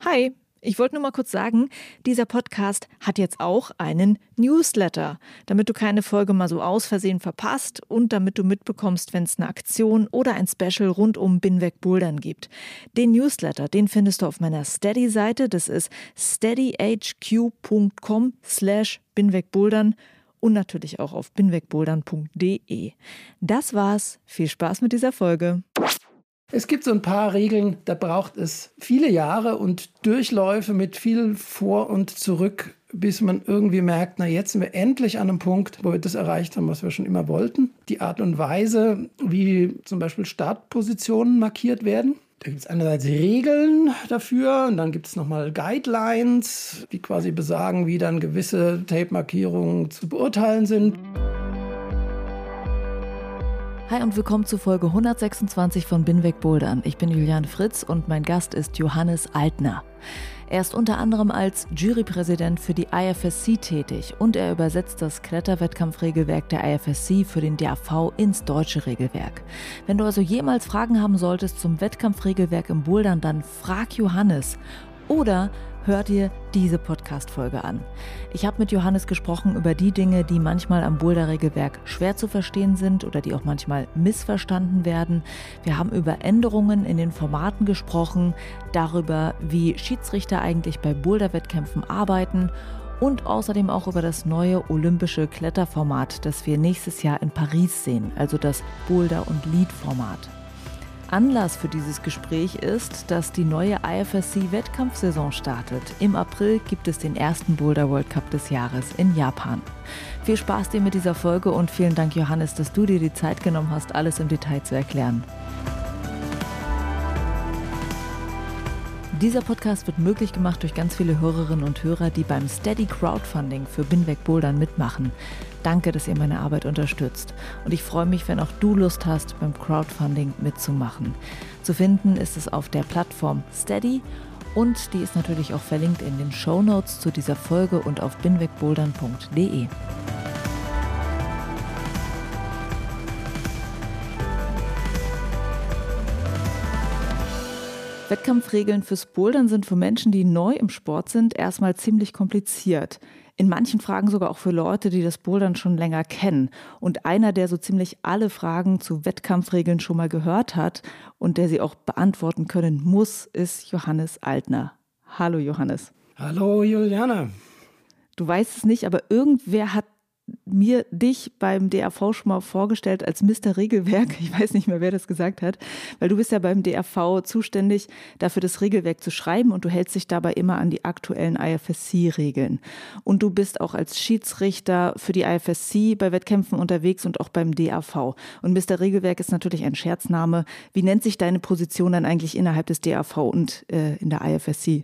Hi, ich wollte nur mal kurz sagen, dieser Podcast hat jetzt auch einen Newsletter, damit du keine Folge mal so aus Versehen verpasst und damit du mitbekommst, wenn es eine Aktion oder ein Special rund um Binweg Bouldern gibt. Den Newsletter, den findest du auf meiner Steady-Seite, das ist steadyhq.com/binwegbouldern und natürlich auch auf binwegbouldern.de. Das war's, viel Spaß mit dieser Folge. Es gibt so ein paar Regeln, da braucht es viele Jahre und Durchläufe mit viel Vor und Zurück, bis man irgendwie merkt, na jetzt sind wir endlich an einem Punkt, wo wir das erreicht haben, was wir schon immer wollten. Die Art und Weise, wie zum Beispiel Startpositionen markiert werden. Da gibt es einerseits Regeln dafür und dann gibt es nochmal Guidelines, die quasi besagen, wie dann gewisse Tape-Markierungen zu beurteilen sind. Hi und willkommen zu Folge 126 von Binweg Bouldern. Ich bin Juliane Fritz und mein Gast ist Johannes Altner. Er ist unter anderem als Jurypräsident für die IFSC tätig und er übersetzt das Kletterwettkampfregelwerk der IFSC für den DAV ins deutsche Regelwerk. Wenn du also jemals Fragen haben solltest zum Wettkampfregelwerk im Bouldern, dann frag Johannes oder hör dir diese Podcast-Folge an. Ich habe mit Johannes gesprochen über die Dinge, die manchmal am Boulder-Regelwerk schwer zu verstehen sind oder die auch manchmal missverstanden werden. Wir haben über Änderungen in den Formaten gesprochen, darüber, wie Schiedsrichter eigentlich bei Boulder-Wettkämpfen arbeiten und außerdem auch über das neue olympische Kletterformat, das wir nächstes Jahr in Paris sehen, also das Boulder- und Lead-Format. Anlass für dieses Gespräch ist, dass die neue IFSC-Wettkampfsaison startet. Im April gibt es den ersten Boulder World Cup des Jahres in Japan. Viel Spaß dir mit dieser Folge und vielen Dank, Johannes, dass du dir die Zeit genommen hast, alles im Detail zu erklären. Dieser Podcast wird möglich gemacht durch ganz viele Hörerinnen und Hörer, die beim Steady Crowdfunding für Binweg Bouldern mitmachen. Danke, dass ihr meine Arbeit unterstützt. Und ich freue mich, wenn auch du Lust hast, beim Crowdfunding mitzumachen. Zu finden ist es auf der Plattform Steady und die ist natürlich auch verlinkt in den Shownotes zu dieser Folge und auf binwegbouldern.de. Wettkampfregeln fürs Bouldern sind für Menschen, die neu im Sport sind, erstmal ziemlich kompliziert. In manchen Fragen sogar auch für Leute, die das Bouldern schon länger kennen. Und einer, der so ziemlich alle Fragen zu Wettkampfregeln schon mal gehört hat und der sie auch beantworten können muss, ist Johannes Altner. Hallo Johannes. Hallo Juliane. Du weißt es nicht, aber irgendwer hat mir dich beim DAV schon mal vorgestellt als Mr. Regelwerk. Ich weiß nicht mehr, wer das gesagt hat, weil du bist ja beim DAV zuständig, dafür das Regelwerk zu schreiben und du hältst dich dabei immer an die aktuellen IFSC-Regeln. Und du bist auch als Schiedsrichter für die IFSC bei Wettkämpfen unterwegs und auch beim DAV. Und Mr. Regelwerk ist natürlich ein Scherzname. Wie nennt sich deine Position dann eigentlich innerhalb des DAV und in der IFSC?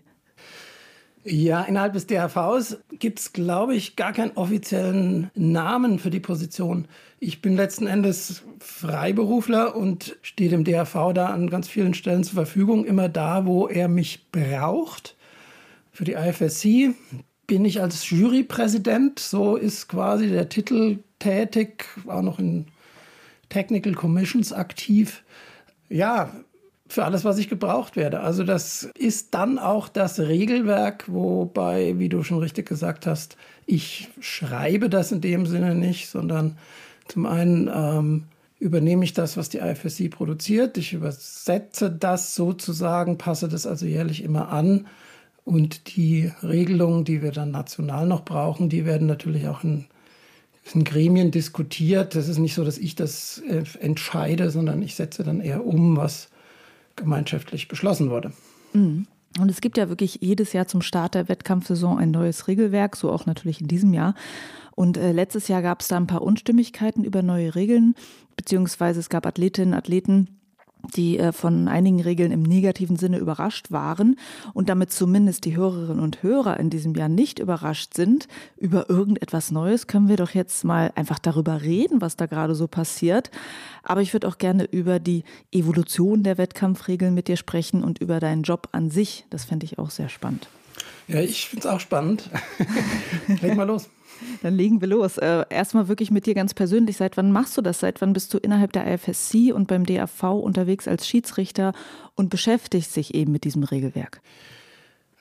Ja, innerhalb des DAVs gibt es, glaube ich, gar keinen offiziellen Namen für die Position. Ich bin letzten Endes Freiberufler und stehe dem DAV da an ganz vielen Stellen zur Verfügung, immer da, wo er mich braucht. Für die IFSC bin ich als Jurypräsident, so ist quasi der Titel, tätig, auch noch in Technical Commissions aktiv. Ja, für alles, was ich gebraucht werde. Also das ist dann auch das Regelwerk, wobei, wie du schon richtig gesagt hast, ich schreibe das in dem Sinne nicht, sondern zum einen übernehme ich das, was die IFSC produziert. Ich übersetze das sozusagen, passe das also jährlich immer an. Und die Regelungen, die wir dann national noch brauchen, die werden natürlich auch in Gremien diskutiert. Das ist nicht so, dass ich das entscheide, sondern ich setze dann eher um, was gemeinschaftlich beschlossen wurde. Und es gibt ja wirklich jedes Jahr zum Start der Wettkampfsaison ein neues Regelwerk, so auch natürlich in diesem Jahr. Und letztes Jahr gab es da ein paar Unstimmigkeiten über neue Regeln, beziehungsweise es gab Athletinnen, Athleten, die von einigen Regeln im negativen Sinne überrascht waren und damit zumindest die Hörerinnen und Hörer in diesem Jahr nicht überrascht sind über irgendetwas Neues, können wir doch jetzt mal einfach darüber reden, was da gerade so passiert. Aber ich würde auch gerne über die Evolution der Wettkampfregeln mit dir sprechen und über deinen Job an sich. Das fände ich auch sehr spannend. Ja, ich finde es auch spannend. Leg mal los. Dann legen wir los. Erstmal wirklich mit dir ganz persönlich. Seit wann machst du das? Seit wann bist du innerhalb der IFSC und beim DAV unterwegs als Schiedsrichter und beschäftigst dich eben mit diesem Regelwerk?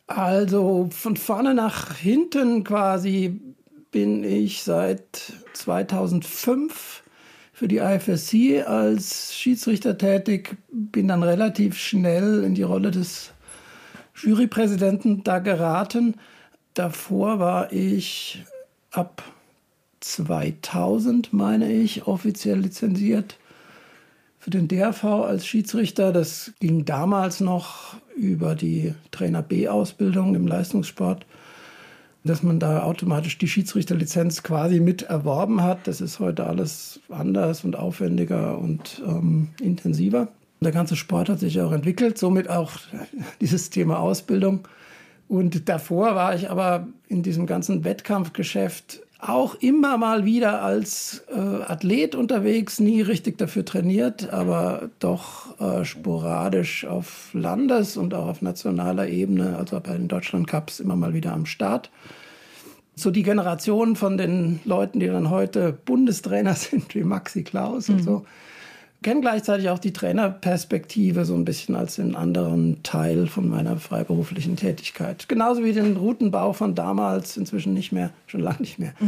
Also von vorne nach hinten quasi bin ich seit 2005 für die IFSC als Schiedsrichter tätig, bin dann relativ schnell in die Rolle des Jurypräsidenten da geraten. Davor war ich ab 2000, meine ich, offiziell lizenziert für den DRV als Schiedsrichter. Das ging damals noch über die Trainer B-Ausbildung im Leistungssport, dass man da automatisch die Schiedsrichterlizenz quasi mit erworben hat. Das ist heute alles anders und aufwendiger und intensiver. Der ganze Sport hat sich auch entwickelt, somit auch dieses Thema Ausbildung. Und davor war ich aber in diesem ganzen Wettkampfgeschäft auch immer mal wieder als Athlet unterwegs, nie richtig dafür trainiert, aber doch sporadisch auf Landes- und auch auf nationaler Ebene, also bei den Deutschlandcups immer mal wieder am Start. So die Generation von den Leuten, die dann heute Bundestrainer sind, wie Maxi Klaus und so, kenne gleichzeitig auch die Trainerperspektive so ein bisschen als einen anderen Teil von meiner freiberuflichen Tätigkeit. Genauso wie den Routenbau von damals, inzwischen nicht mehr, schon lange nicht mehr.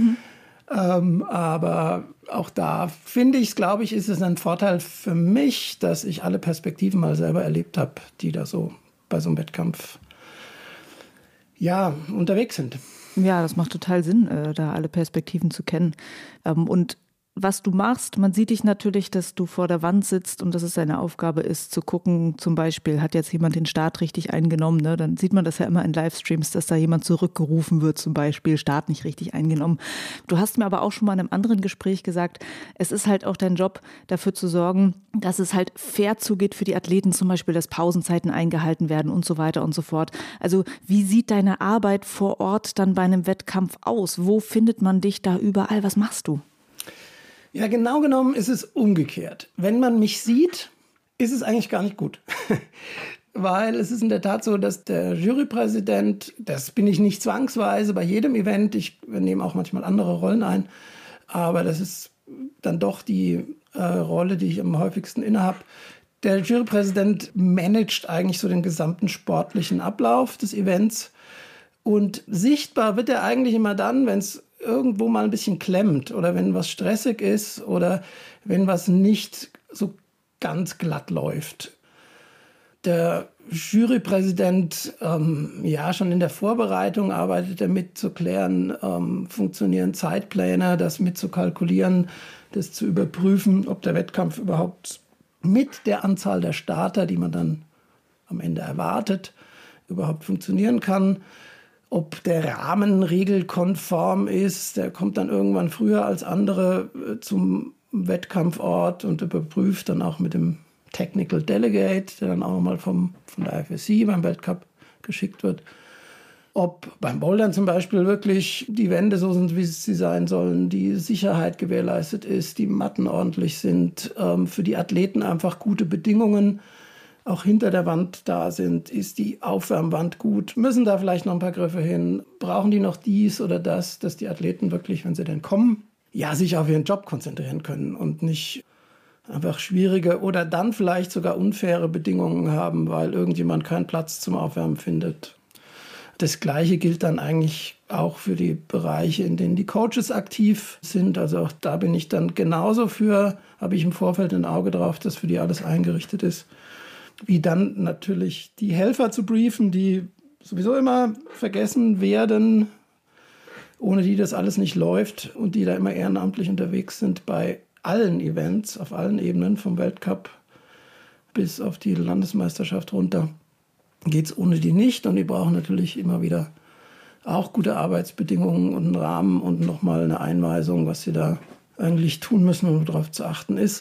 Aber auch da finde ich es, glaube ich, ist es ein Vorteil für mich, dass ich alle Perspektiven mal selber erlebt habe, die da so bei so einem Wettkampf unterwegs sind. Ja, das macht total Sinn, da alle Perspektiven zu kennen. Und was du machst, man sieht dich natürlich, dass du vor der Wand sitzt und dass es deine Aufgabe ist, zu gucken, zum Beispiel, hat jetzt jemand den Start richtig eingenommen, ne? Dann sieht man das ja immer in Livestreams, dass da jemand zurückgerufen wird, zum Beispiel, Start nicht richtig eingenommen. Du hast mir aber auch schon mal in einem anderen Gespräch gesagt, es ist halt auch dein Job, dafür zu sorgen, dass es halt fair zugeht für die Athleten, zum Beispiel, dass Pausenzeiten eingehalten werden und so weiter und so fort. Also wie sieht deine Arbeit vor Ort dann bei einem Wettkampf aus? Wo findet man dich da überall? Was machst du? Ja, genau genommen ist es umgekehrt. Wenn man mich sieht, ist es eigentlich gar nicht gut. Weil es ist in der Tat so, dass der Jurypräsident, das bin ich nicht zwangsweise bei jedem Event, ich nehme auch manchmal andere Rollen ein, aber das ist dann doch die Rolle, die ich am häufigsten innehabe. Der Jurypräsident managt eigentlich so den gesamten sportlichen Ablauf des Events und sichtbar wird er eigentlich immer dann, wenn es irgendwo mal ein bisschen klemmt oder wenn was stressig ist oder wenn was nicht so ganz glatt läuft. Der Jurypräsident, schon in der Vorbereitung arbeitet er mit zu klären, funktionieren Zeitpläne, das mit zu kalkulieren, das zu überprüfen, ob der Wettkampf überhaupt mit der Anzahl der Starter, die man dann am Ende erwartet, überhaupt funktionieren kann. Ob der Rahmen regelkonform ist, der kommt dann irgendwann früher als andere zum Wettkampfort und überprüft dann auch mit dem Technical Delegate, der dann auch nochmal von der IFSC beim Weltcup geschickt wird. Ob beim Bouldern zum Beispiel wirklich die Wände so sind, wie sie sein sollen, die Sicherheit gewährleistet ist, die Matten ordentlich sind, für die Athleten einfach gute Bedingungen auch hinter der Wand da sind. Ist die Aufwärmwand gut? Müssen da vielleicht noch ein paar Griffe hin? Brauchen die noch dies oder das, dass die Athleten wirklich, wenn sie denn kommen, sich auf ihren Job konzentrieren können und nicht einfach schwierige oder dann vielleicht sogar unfaire Bedingungen haben, weil irgendjemand keinen Platz zum Aufwärmen findet. Das Gleiche gilt dann eigentlich auch für die Bereiche, in denen die Coaches aktiv sind. Also auch da bin ich dann genauso habe ich im Vorfeld ein Auge drauf, dass für die alles eingerichtet ist. Wie dann natürlich die Helfer zu briefen, die sowieso immer vergessen werden, ohne die das alles nicht läuft und die da immer ehrenamtlich unterwegs sind bei allen Events, auf allen Ebenen, vom Weltcup bis auf die Landesmeisterschaft runter, geht es ohne die nicht. Und die brauchen natürlich immer wieder auch gute Arbeitsbedingungen und einen Rahmen und nochmal eine Einweisung, was sie da eigentlich tun müssen und worauf zu achten ist.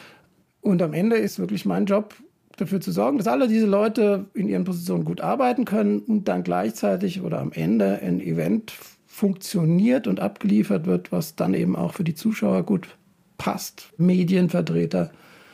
Und am Ende ist wirklich mein Job, dafür zu sorgen, dass alle diese Leute in ihren Positionen gut arbeiten können und dann gleichzeitig oder am Ende ein Event funktioniert und abgeliefert wird, was dann eben auch für die Zuschauer gut passt. Medienvertreter,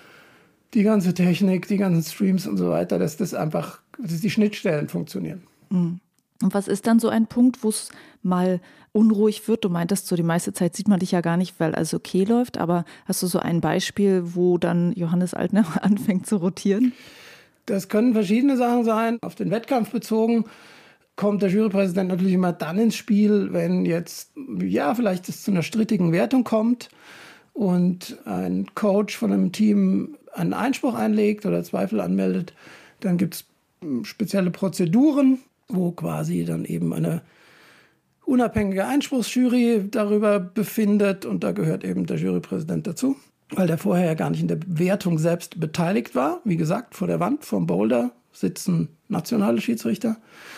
die ganze Technik, die ganzen Streams und so weiter, dass die Schnittstellen funktionieren. Mhm. Und was ist dann so ein Punkt, wo es mal unruhig wird? Du meintest, so die meiste Zeit sieht man dich ja gar nicht, weil alles okay läuft. Aber hast du so ein Beispiel, wo dann Johannes Altner anfängt zu rotieren? Das können verschiedene Sachen sein, auf den Wettkampf bezogen. kommt der Jurypräsident natürlich immer dann ins Spiel, wenn jetzt, ja, vielleicht es zu einer strittigen Wertung kommt und ein Coach von einem Team einen Einspruch einlegt oder Zweifel anmeldet. Dann gibt es spezielle Prozeduren, wo quasi dann eben eine unabhängige Einspruchsjury darüber befindet und da gehört eben der Jurypräsident dazu, weil der vorher ja gar nicht in der Wertung selbst beteiligt war. Wie gesagt, vor der Wand, vorm Boulder sitzen nationale Schiedsrichter.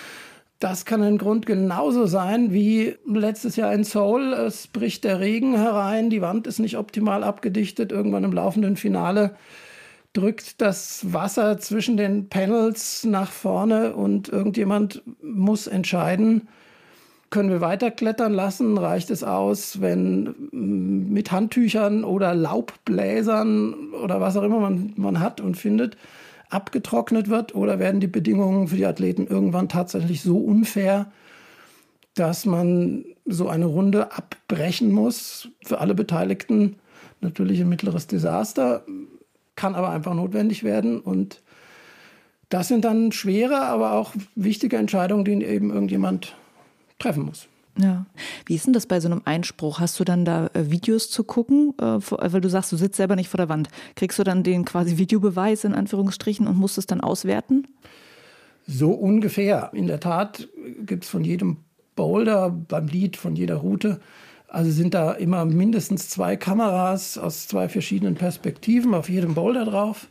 Das kann ein Grund genauso sein wie letztes Jahr in Seoul. Es bricht der Regen herein, die Wand ist nicht optimal abgedichtet. Irgendwann im laufenden Finale drückt das Wasser zwischen den Panels nach vorne und irgendjemand muss entscheiden, können wir weiterklettern lassen? Reicht es aus, wenn mit Handtüchern oder Laubbläsern oder was auch immer man hat und findet, abgetrocknet wird? Oder werden die Bedingungen für die Athleten irgendwann tatsächlich so unfair, dass man so eine Runde abbrechen muss? Für alle Beteiligten natürlich ein mittleres Desaster, kann aber einfach notwendig werden. Und das sind dann schwere, aber auch wichtige Entscheidungen, die eben irgendjemand treffen muss. Ja. Wie ist denn das bei so einem Einspruch? Hast du dann da Videos zu gucken? Weil du sagst, du sitzt selber nicht vor der Wand. Kriegst du dann den quasi Videobeweis in Anführungsstrichen und musst es dann auswerten? So ungefähr. In der Tat gibt es von jedem Boulder, beim Lead, von jeder Route, also sind da immer mindestens 2 Kameras aus 2 verschiedenen Perspektiven auf jedem Boulder drauf.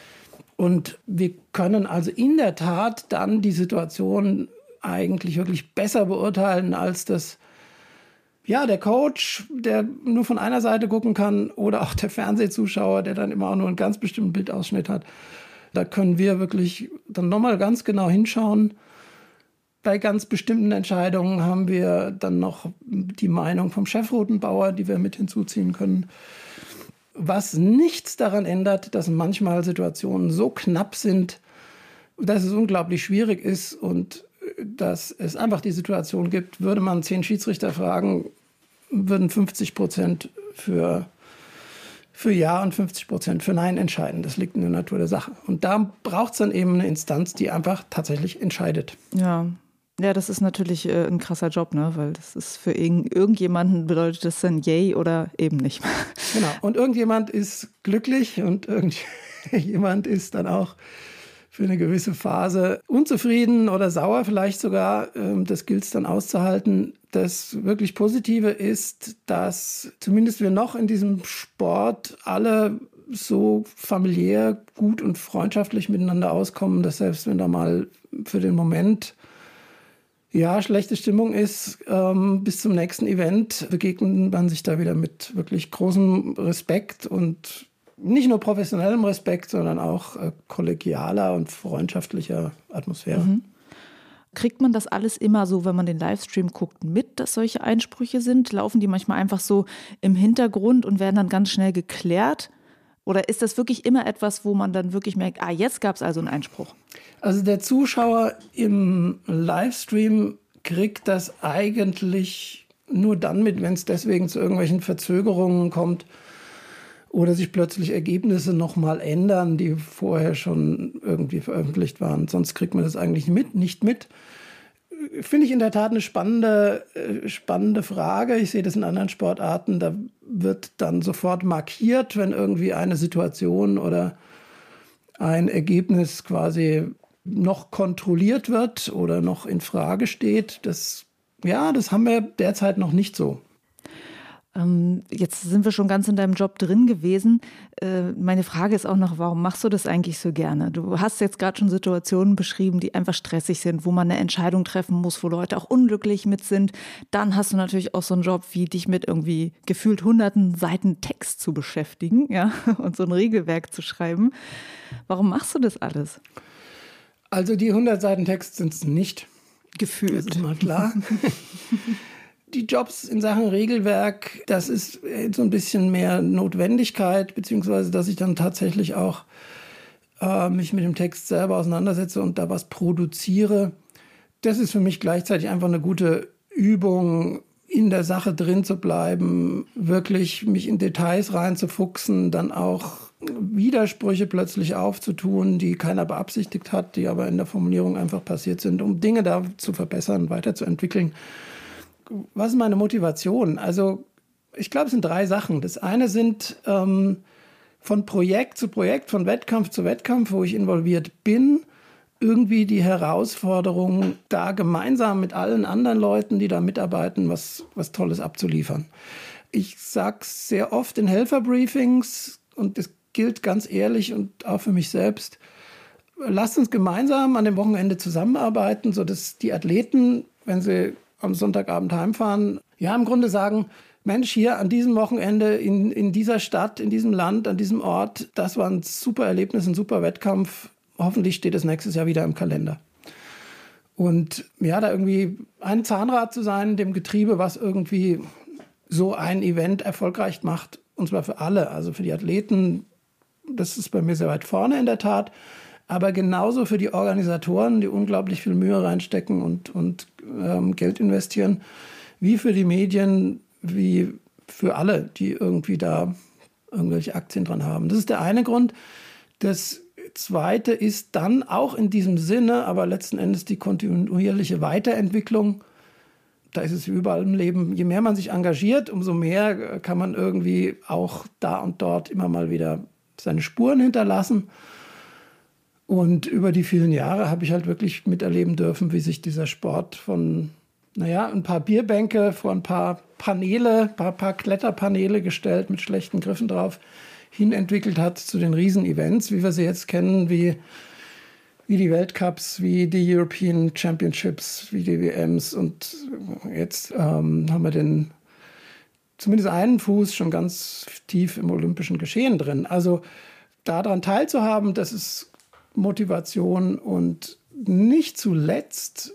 Und wir können also in der Tat dann die Situation eigentlich wirklich besser beurteilen als das, ja, der Coach, der nur von einer Seite gucken kann oder auch der Fernsehzuschauer, der dann immer auch nur einen ganz bestimmten Bildausschnitt hat. Da können wir wirklich dann nochmal ganz genau hinschauen. Bei ganz bestimmten Entscheidungen haben wir dann noch die Meinung vom Chefroutenbauer, die wir mit hinzuziehen können. Was nichts daran ändert, dass manchmal Situationen so knapp sind, dass es unglaublich schwierig ist und dass es einfach die Situation gibt, würde man 10 Schiedsrichter fragen, würden 50% für Ja und 50% für Nein entscheiden. Das liegt in der Natur der Sache. Und da braucht es dann eben eine Instanz, die einfach tatsächlich entscheidet. Ja. Ja, das ist natürlich ein krasser Job, ne? Weil das ist für irgendjemanden bedeutet das dann yay oder eben nicht. Genau. Und irgendjemand ist glücklich und irgendjemand ist dann auch für eine gewisse Phase unzufrieden oder sauer vielleicht sogar. Das gilt es dann auszuhalten. Das wirklich Positive ist, dass zumindest wir noch in diesem Sport alle so familiär gut und freundschaftlich miteinander auskommen, dass selbst wenn da mal für den Moment schlechte Stimmung ist, bis zum nächsten Event begegnet man sich da wieder mit wirklich großem Respekt und nicht nur professionellem Respekt, sondern auch kollegialer und freundschaftlicher Atmosphäre. Mhm. Kriegt man das alles immer so, wenn man den Livestream guckt, mit, dass solche Einsprüche sind? Laufen die manchmal einfach so im Hintergrund und werden dann ganz schnell geklärt? Oder ist das wirklich immer etwas, wo man dann wirklich merkt, jetzt gab es also einen Einspruch? Also der Zuschauer im Livestream kriegt das eigentlich nur dann mit, wenn es deswegen zu irgendwelchen Verzögerungen kommt oder sich plötzlich Ergebnisse nochmal ändern, die vorher schon irgendwie veröffentlicht waren. Sonst kriegt man das eigentlich nicht mit. Finde ich in der Tat eine spannende Frage. Ich sehe das in anderen Sportarten. Da wird dann sofort markiert, wenn irgendwie eine Situation oder ein Ergebnis quasi noch kontrolliert wird oder noch in Frage steht. Das haben wir derzeit noch nicht so. Jetzt sind wir schon ganz in deinem Job drin gewesen. Meine Frage ist auch noch, warum machst du das eigentlich so gerne? Du hast jetzt gerade schon Situationen beschrieben, die einfach stressig sind, wo man eine Entscheidung treffen muss, wo Leute auch unglücklich mit sind. Dann hast du natürlich auch so einen Job, wie dich mit irgendwie gefühlt 100 Seiten Text zu beschäftigen, ja, und so ein Regelwerk zu schreiben. Warum machst du das alles? Also die 100 Seiten Text sind es nicht. Gefühlt. Das ist mal klar. Die Jobs in Sachen Regelwerk, das ist so ein bisschen mehr Notwendigkeit, beziehungsweise dass ich dann tatsächlich auch mich mit dem Text selber auseinandersetze und da was produziere. Das ist für mich gleichzeitig einfach eine gute Übung, in der Sache drin zu bleiben, wirklich mich in Details reinzufuchsen, dann auch Widersprüche plötzlich aufzutun, die keiner beabsichtigt hat, die aber in der Formulierung einfach passiert sind, um Dinge da zu verbessern, weiterzuentwickeln. Was ist meine Motivation? Also ich glaube, es sind 3 Sachen. Das eine sind von Projekt zu Projekt, von Wettkampf zu Wettkampf, wo ich involviert bin, irgendwie die Herausforderung, da gemeinsam mit allen anderen Leuten, die da mitarbeiten, was Tolles abzuliefern. Ich sage es sehr oft in Helferbriefings und das gilt ganz ehrlich und auch für mich selbst. Lasst uns gemeinsam an dem Wochenende zusammenarbeiten, sodass die Athleten, wenn sie am Sonntagabend heimfahren, ja im Grunde sagen, Mensch, hier an diesem Wochenende in dieser Stadt, in diesem Land, an diesem Ort, das war ein super Erlebnis, ein super Wettkampf. Hoffentlich steht es nächstes Jahr wieder im Kalender. Und ja, da irgendwie ein Zahnrad zu sein, dem Getriebe, was irgendwie so ein Event erfolgreich macht, und zwar für alle, also für die Athleten, das ist bei mir sehr weit vorne in der Tat, aber genauso für die Organisatoren, die unglaublich viel Mühe reinstecken und Geld investieren, wie für die Medien, wie für alle, die irgendwie da irgendwelche Aktien dran haben. Das ist der eine Grund. Das Zweite ist dann auch in diesem Sinne, aber letzten Endes die kontinuierliche Weiterentwicklung. Da ist es wie überall im Leben, je mehr man sich engagiert, umso mehr kann man irgendwie auch da und dort immer mal wieder seine Spuren hinterlassen. Und über die vielen Jahre habe ich halt wirklich miterleben dürfen, wie sich dieser Sport von, ein paar Bierbänke vor ein paar Paneele, paar Kletterpaneele gestellt mit schlechten Griffen drauf, hin entwickelt hat zu den Riesen-Events, wie wir sie jetzt kennen, wie die Weltcups, wie die European Championships, wie die WMs. Und jetzt haben wir zumindest einen Fuß schon ganz tief im olympischen Geschehen drin. Also daran teilzuhaben, das ist Motivation. Und nicht zuletzt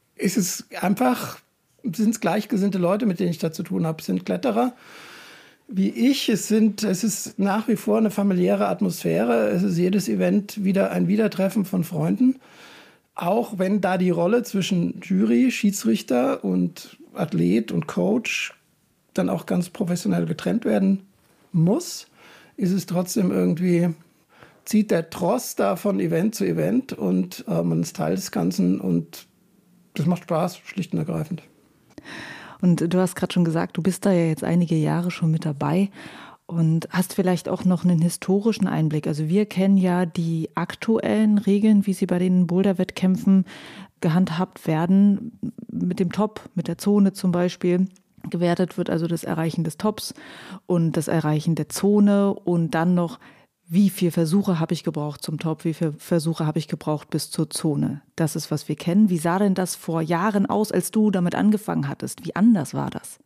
sind es gleichgesinnte Leute, mit denen ich da zu tun habe, sind Kletterer wie ich. Es ist nach wie vor eine familiäre Atmosphäre. Es ist jedes Event wieder ein Wiedertreffen von Freunden. Auch wenn da die Rolle zwischen Jury, Schiedsrichter und Athlet und Coach dann auch ganz professionell getrennt werden muss, ist es trotzdem irgendwie, zieht der Tross da von Event zu Event und man ist Teil des Ganzen und das macht Spaß, schlicht und ergreifend. Und du hast gerade schon gesagt, du bist da ja jetzt einige Jahre schon mit dabei und hast vielleicht auch noch einen historischen Einblick. Also wir kennen ja die aktuellen Regeln, wie sie bei den Boulder-Wettkämpfen gehandhabt werden, mit dem Top, mit der Zone zum Beispiel. Gewertet wird also das Erreichen des Tops und das Erreichen der Zone und dann noch, wie viele Versuche habe ich gebraucht zum Top, wie viele Versuche habe ich gebraucht bis zur Zone. Das ist, was wir kennen. Wie sah denn das vor Jahren aus, als du damit angefangen hattest? Wie anders war das?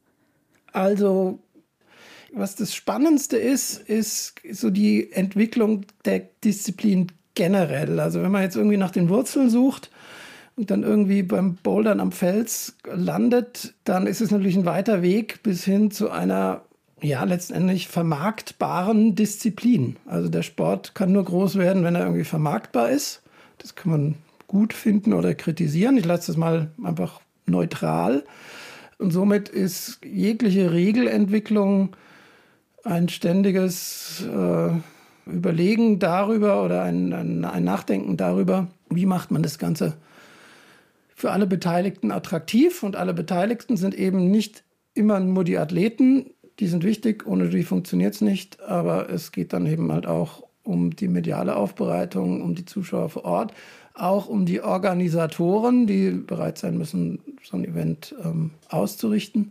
Also, was das Spannendste ist so die Entwicklung der Disziplin generell. Also wenn man jetzt irgendwie nach den Wurzeln sucht und dann irgendwie beim Bouldern am Fels landet, dann ist es natürlich ein weiter Weg bis hin zu einer letztendlich vermarktbaren Disziplin. Also der Sport kann nur groß werden, wenn er irgendwie vermarktbar ist. Das kann man gut finden oder kritisieren. Ich lasse das mal einfach neutral. Und somit ist jegliche Regelentwicklung ein ständiges Überlegen darüber oder ein Nachdenken darüber, wie macht man das Ganze für alle Beteiligten attraktiv. Und alle Beteiligten sind eben nicht immer nur die Athleten. Die sind wichtig, ohne die funktioniert es nicht. Aber es geht dann eben halt auch um die mediale Aufbereitung, um die Zuschauer vor Ort, auch um die Organisatoren, die bereit sein müssen, so ein Event auszurichten.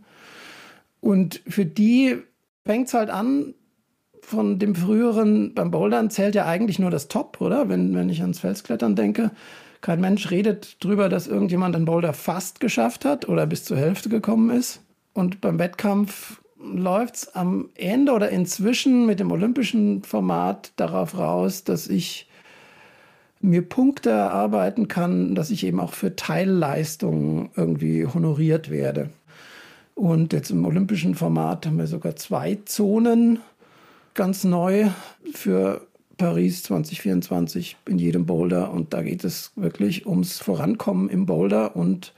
Und für die fängt es halt an, von dem früheren, beim Bouldern zählt ja eigentlich nur das Top, oder? Wenn ich ans Felsklettern denke. Kein Mensch redet drüber, dass irgendjemand einen Boulder fast geschafft hat oder bis zur Hälfte gekommen ist. Und beim Wettkampf läuft es am Ende oder inzwischen mit dem olympischen Format darauf raus, dass ich mir Punkte erarbeiten kann, dass ich eben auch für Teilleistungen irgendwie honoriert werde. Und jetzt im olympischen Format haben wir sogar 2 Zonen, ganz neu für Paris 2024 in jedem Boulder. Und da geht es wirklich ums Vorankommen im Boulder und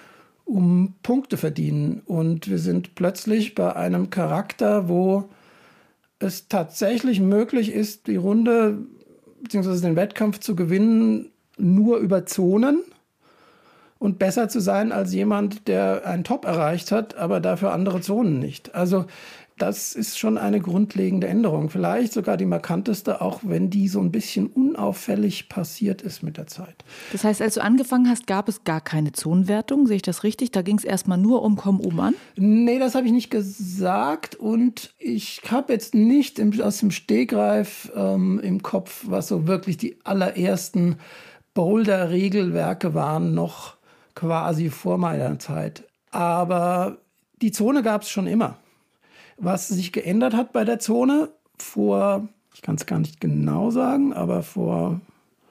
um Punkte verdienen. Und wir sind plötzlich bei einem Charakter, wo es tatsächlich möglich ist, die Runde bzw. den Wettkampf zu gewinnen, nur über Zonen und besser zu sein als jemand, der einen Top erreicht hat, aber dafür andere Zonen nicht. Also das ist schon eine grundlegende Änderung. Vielleicht sogar die markanteste, auch wenn die so ein bisschen unauffällig passiert ist mit der Zeit. Das heißt, als du angefangen hast, gab es gar keine Zonenwertung. Sehe ich das richtig? Da ging es erstmal nur um Komm oben an? Nee, das habe ich nicht gesagt. Und ich habe jetzt nicht aus dem Stegreif im Kopf, was so wirklich die allerersten Boulder-Regelwerke waren, noch quasi vor meiner Zeit. Aber die Zone gab es schon immer. Was sich geändert hat bei der Zone ich kann es gar nicht genau sagen, aber vor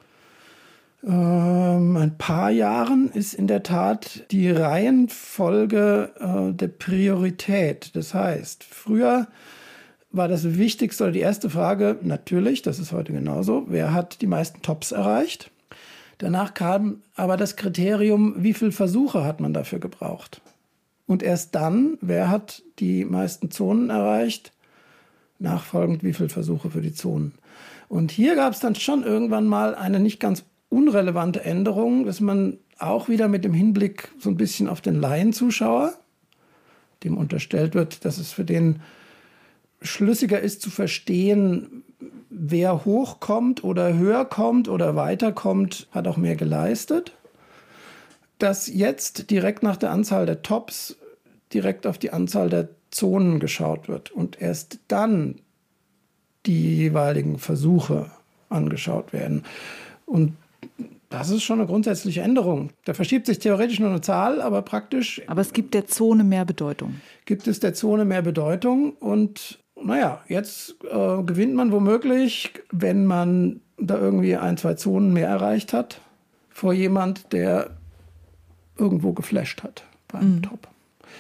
ein paar Jahren ist in der Tat die Reihenfolge der Priorität. Das heißt, früher war das Wichtigste oder die erste Frage natürlich, das ist heute genauso, wer hat die meisten Tops erreicht? Danach kam aber das Kriterium, wie viele Versuche hat man dafür gebraucht? Und erst dann, wer hat die meisten Zonen erreicht? Nachfolgend, wie viele Versuche für die Zonen? Und hier gab es dann schon irgendwann mal eine nicht ganz unrelevante Änderung, dass man auch wieder mit dem Hinblick so ein bisschen auf den Laienzuschauer, dem unterstellt wird, dass es für den schlüssiger ist zu verstehen, wer hochkommt oder höher kommt oder weiterkommt, hat auch mehr geleistet. Dass jetzt direkt nach der Anzahl der Tops direkt auf die Anzahl der Zonen geschaut wird und erst dann die jeweiligen Versuche angeschaut werden. Und das ist schon eine grundsätzliche Änderung. Da verschiebt sich theoretisch nur eine Zahl, aber praktisch... Aber es gibt der Zone mehr Bedeutung. Gibt es der Zone mehr Bedeutung und naja, jetzt gewinnt man womöglich, wenn man da irgendwie 1, 2 Zonen mehr erreicht hat, vor jemand, der irgendwo geflasht hat beim Top.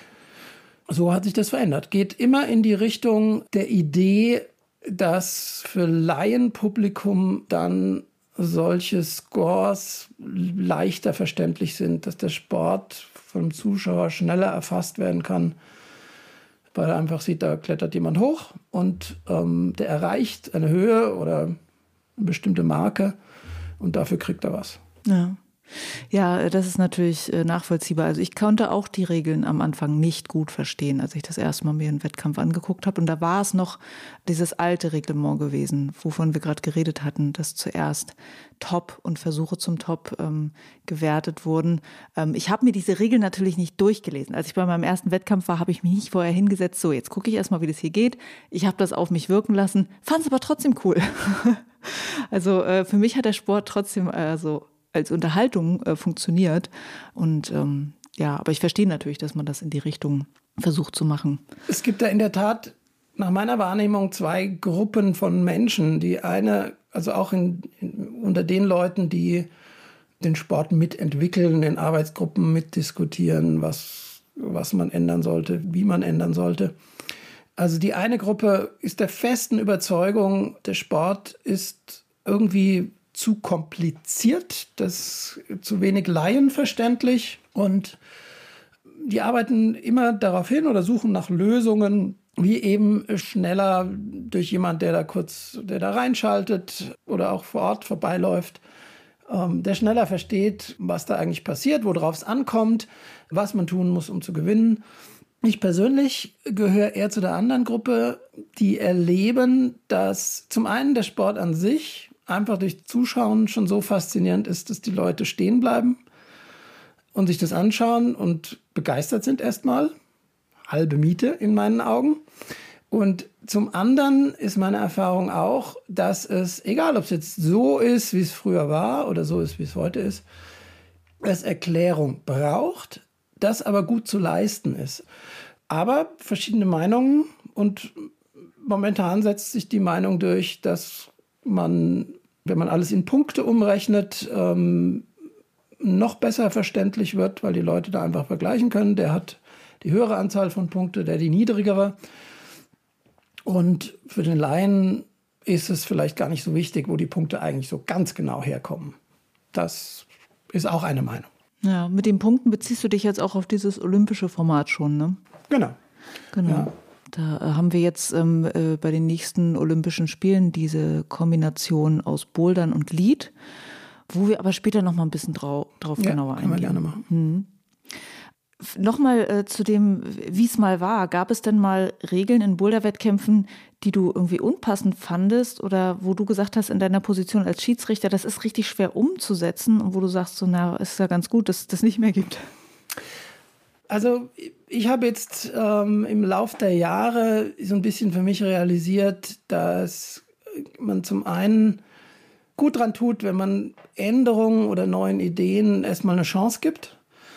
So hat sich das verändert. Geht immer in die Richtung der Idee, dass für Laienpublikum dann solche Scores leichter verständlich sind, dass der Sport vom Zuschauer schneller erfasst werden kann, weil er einfach sieht, da klettert jemand hoch und der erreicht eine Höhe oder eine bestimmte Marke und dafür kriegt er was. Ja. Ja, das ist natürlich nachvollziehbar. Also ich konnte auch die Regeln am Anfang nicht gut verstehen, als ich das erste Mal mir einen Wettkampf angeguckt habe. Und da war es noch dieses alte Reglement gewesen, wovon wir gerade geredet hatten, dass zuerst Top und Versuche zum Top gewertet wurden. Ich habe mir diese Regeln natürlich nicht durchgelesen. Als ich bei meinem ersten Wettkampf war, habe ich mich nicht vorher hingesetzt, so jetzt gucke ich erstmal, wie das hier geht. Ich habe das auf mich wirken lassen, fand es aber trotzdem cool. Also für mich hat der Sport trotzdem als Unterhaltung funktioniert. Und aber ich verstehe natürlich, dass man das in die Richtung versucht zu machen. Es gibt da in der Tat nach meiner Wahrnehmung 2 Gruppen von Menschen. Die eine, also auch unter den Leuten, die den Sport mitentwickeln, in Arbeitsgruppen mitdiskutieren, was man ändern sollte, wie man ändern sollte. Also die eine Gruppe ist der festen Überzeugung, der Sport ist irgendwie zu kompliziert, das zu wenig laienverständlich und die arbeiten immer darauf hin oder suchen nach Lösungen, wie eben schneller durch jemand, der da reinschaltet oder auch vor Ort vorbeiläuft, der schneller versteht, was da eigentlich passiert, worauf es ankommt, was man tun muss, um zu gewinnen. Ich persönlich gehöre eher zu der anderen Gruppe, die erleben, dass zum einen der Sport an sich einfach durch Zuschauen schon so faszinierend ist, dass die Leute stehen bleiben und sich das anschauen und begeistert sind erstmal. Halbe Miete in meinen Augen. Und zum anderen ist meine Erfahrung auch, dass es, egal ob es jetzt so ist, wie es früher war oder so ist, wie es heute ist, es Erklärung braucht, das aber gut zu leisten ist. Aber verschiedene Meinungen und momentan setzt sich die Meinung durch, dass man, wenn man alles in Punkte umrechnet, noch besser verständlich wird, weil die Leute da einfach vergleichen können. Der hat die höhere Anzahl von Punkten, der die niedrigere. Und für den Laien ist es vielleicht gar nicht so wichtig, wo die Punkte eigentlich so ganz genau herkommen. Das ist auch eine Meinung. Ja, mit den Punkten beziehst du dich jetzt auch auf dieses olympische Format schon, ne? Genau. Ja. Da haben wir jetzt bei den nächsten Olympischen Spielen diese Kombination aus Bouldern und Lead, wo wir aber später noch mal ein bisschen drauf genauer eingehen. Können wir gerne machen. Nochmal zu dem, wie es mal war. Gab es denn mal Regeln in Boulderwettkämpfen, die du irgendwie unpassend fandest oder wo du gesagt hast in deiner Position als Schiedsrichter, das ist richtig schwer umzusetzen und wo du sagst, so, na, ist ja ganz gut, dass es das nicht mehr gibt? Also ich habe jetzt im Lauf der Jahre so ein bisschen für mich realisiert, dass man zum einen gut dran tut, wenn man Änderungen oder neuen Ideen erstmal eine Chance gibt.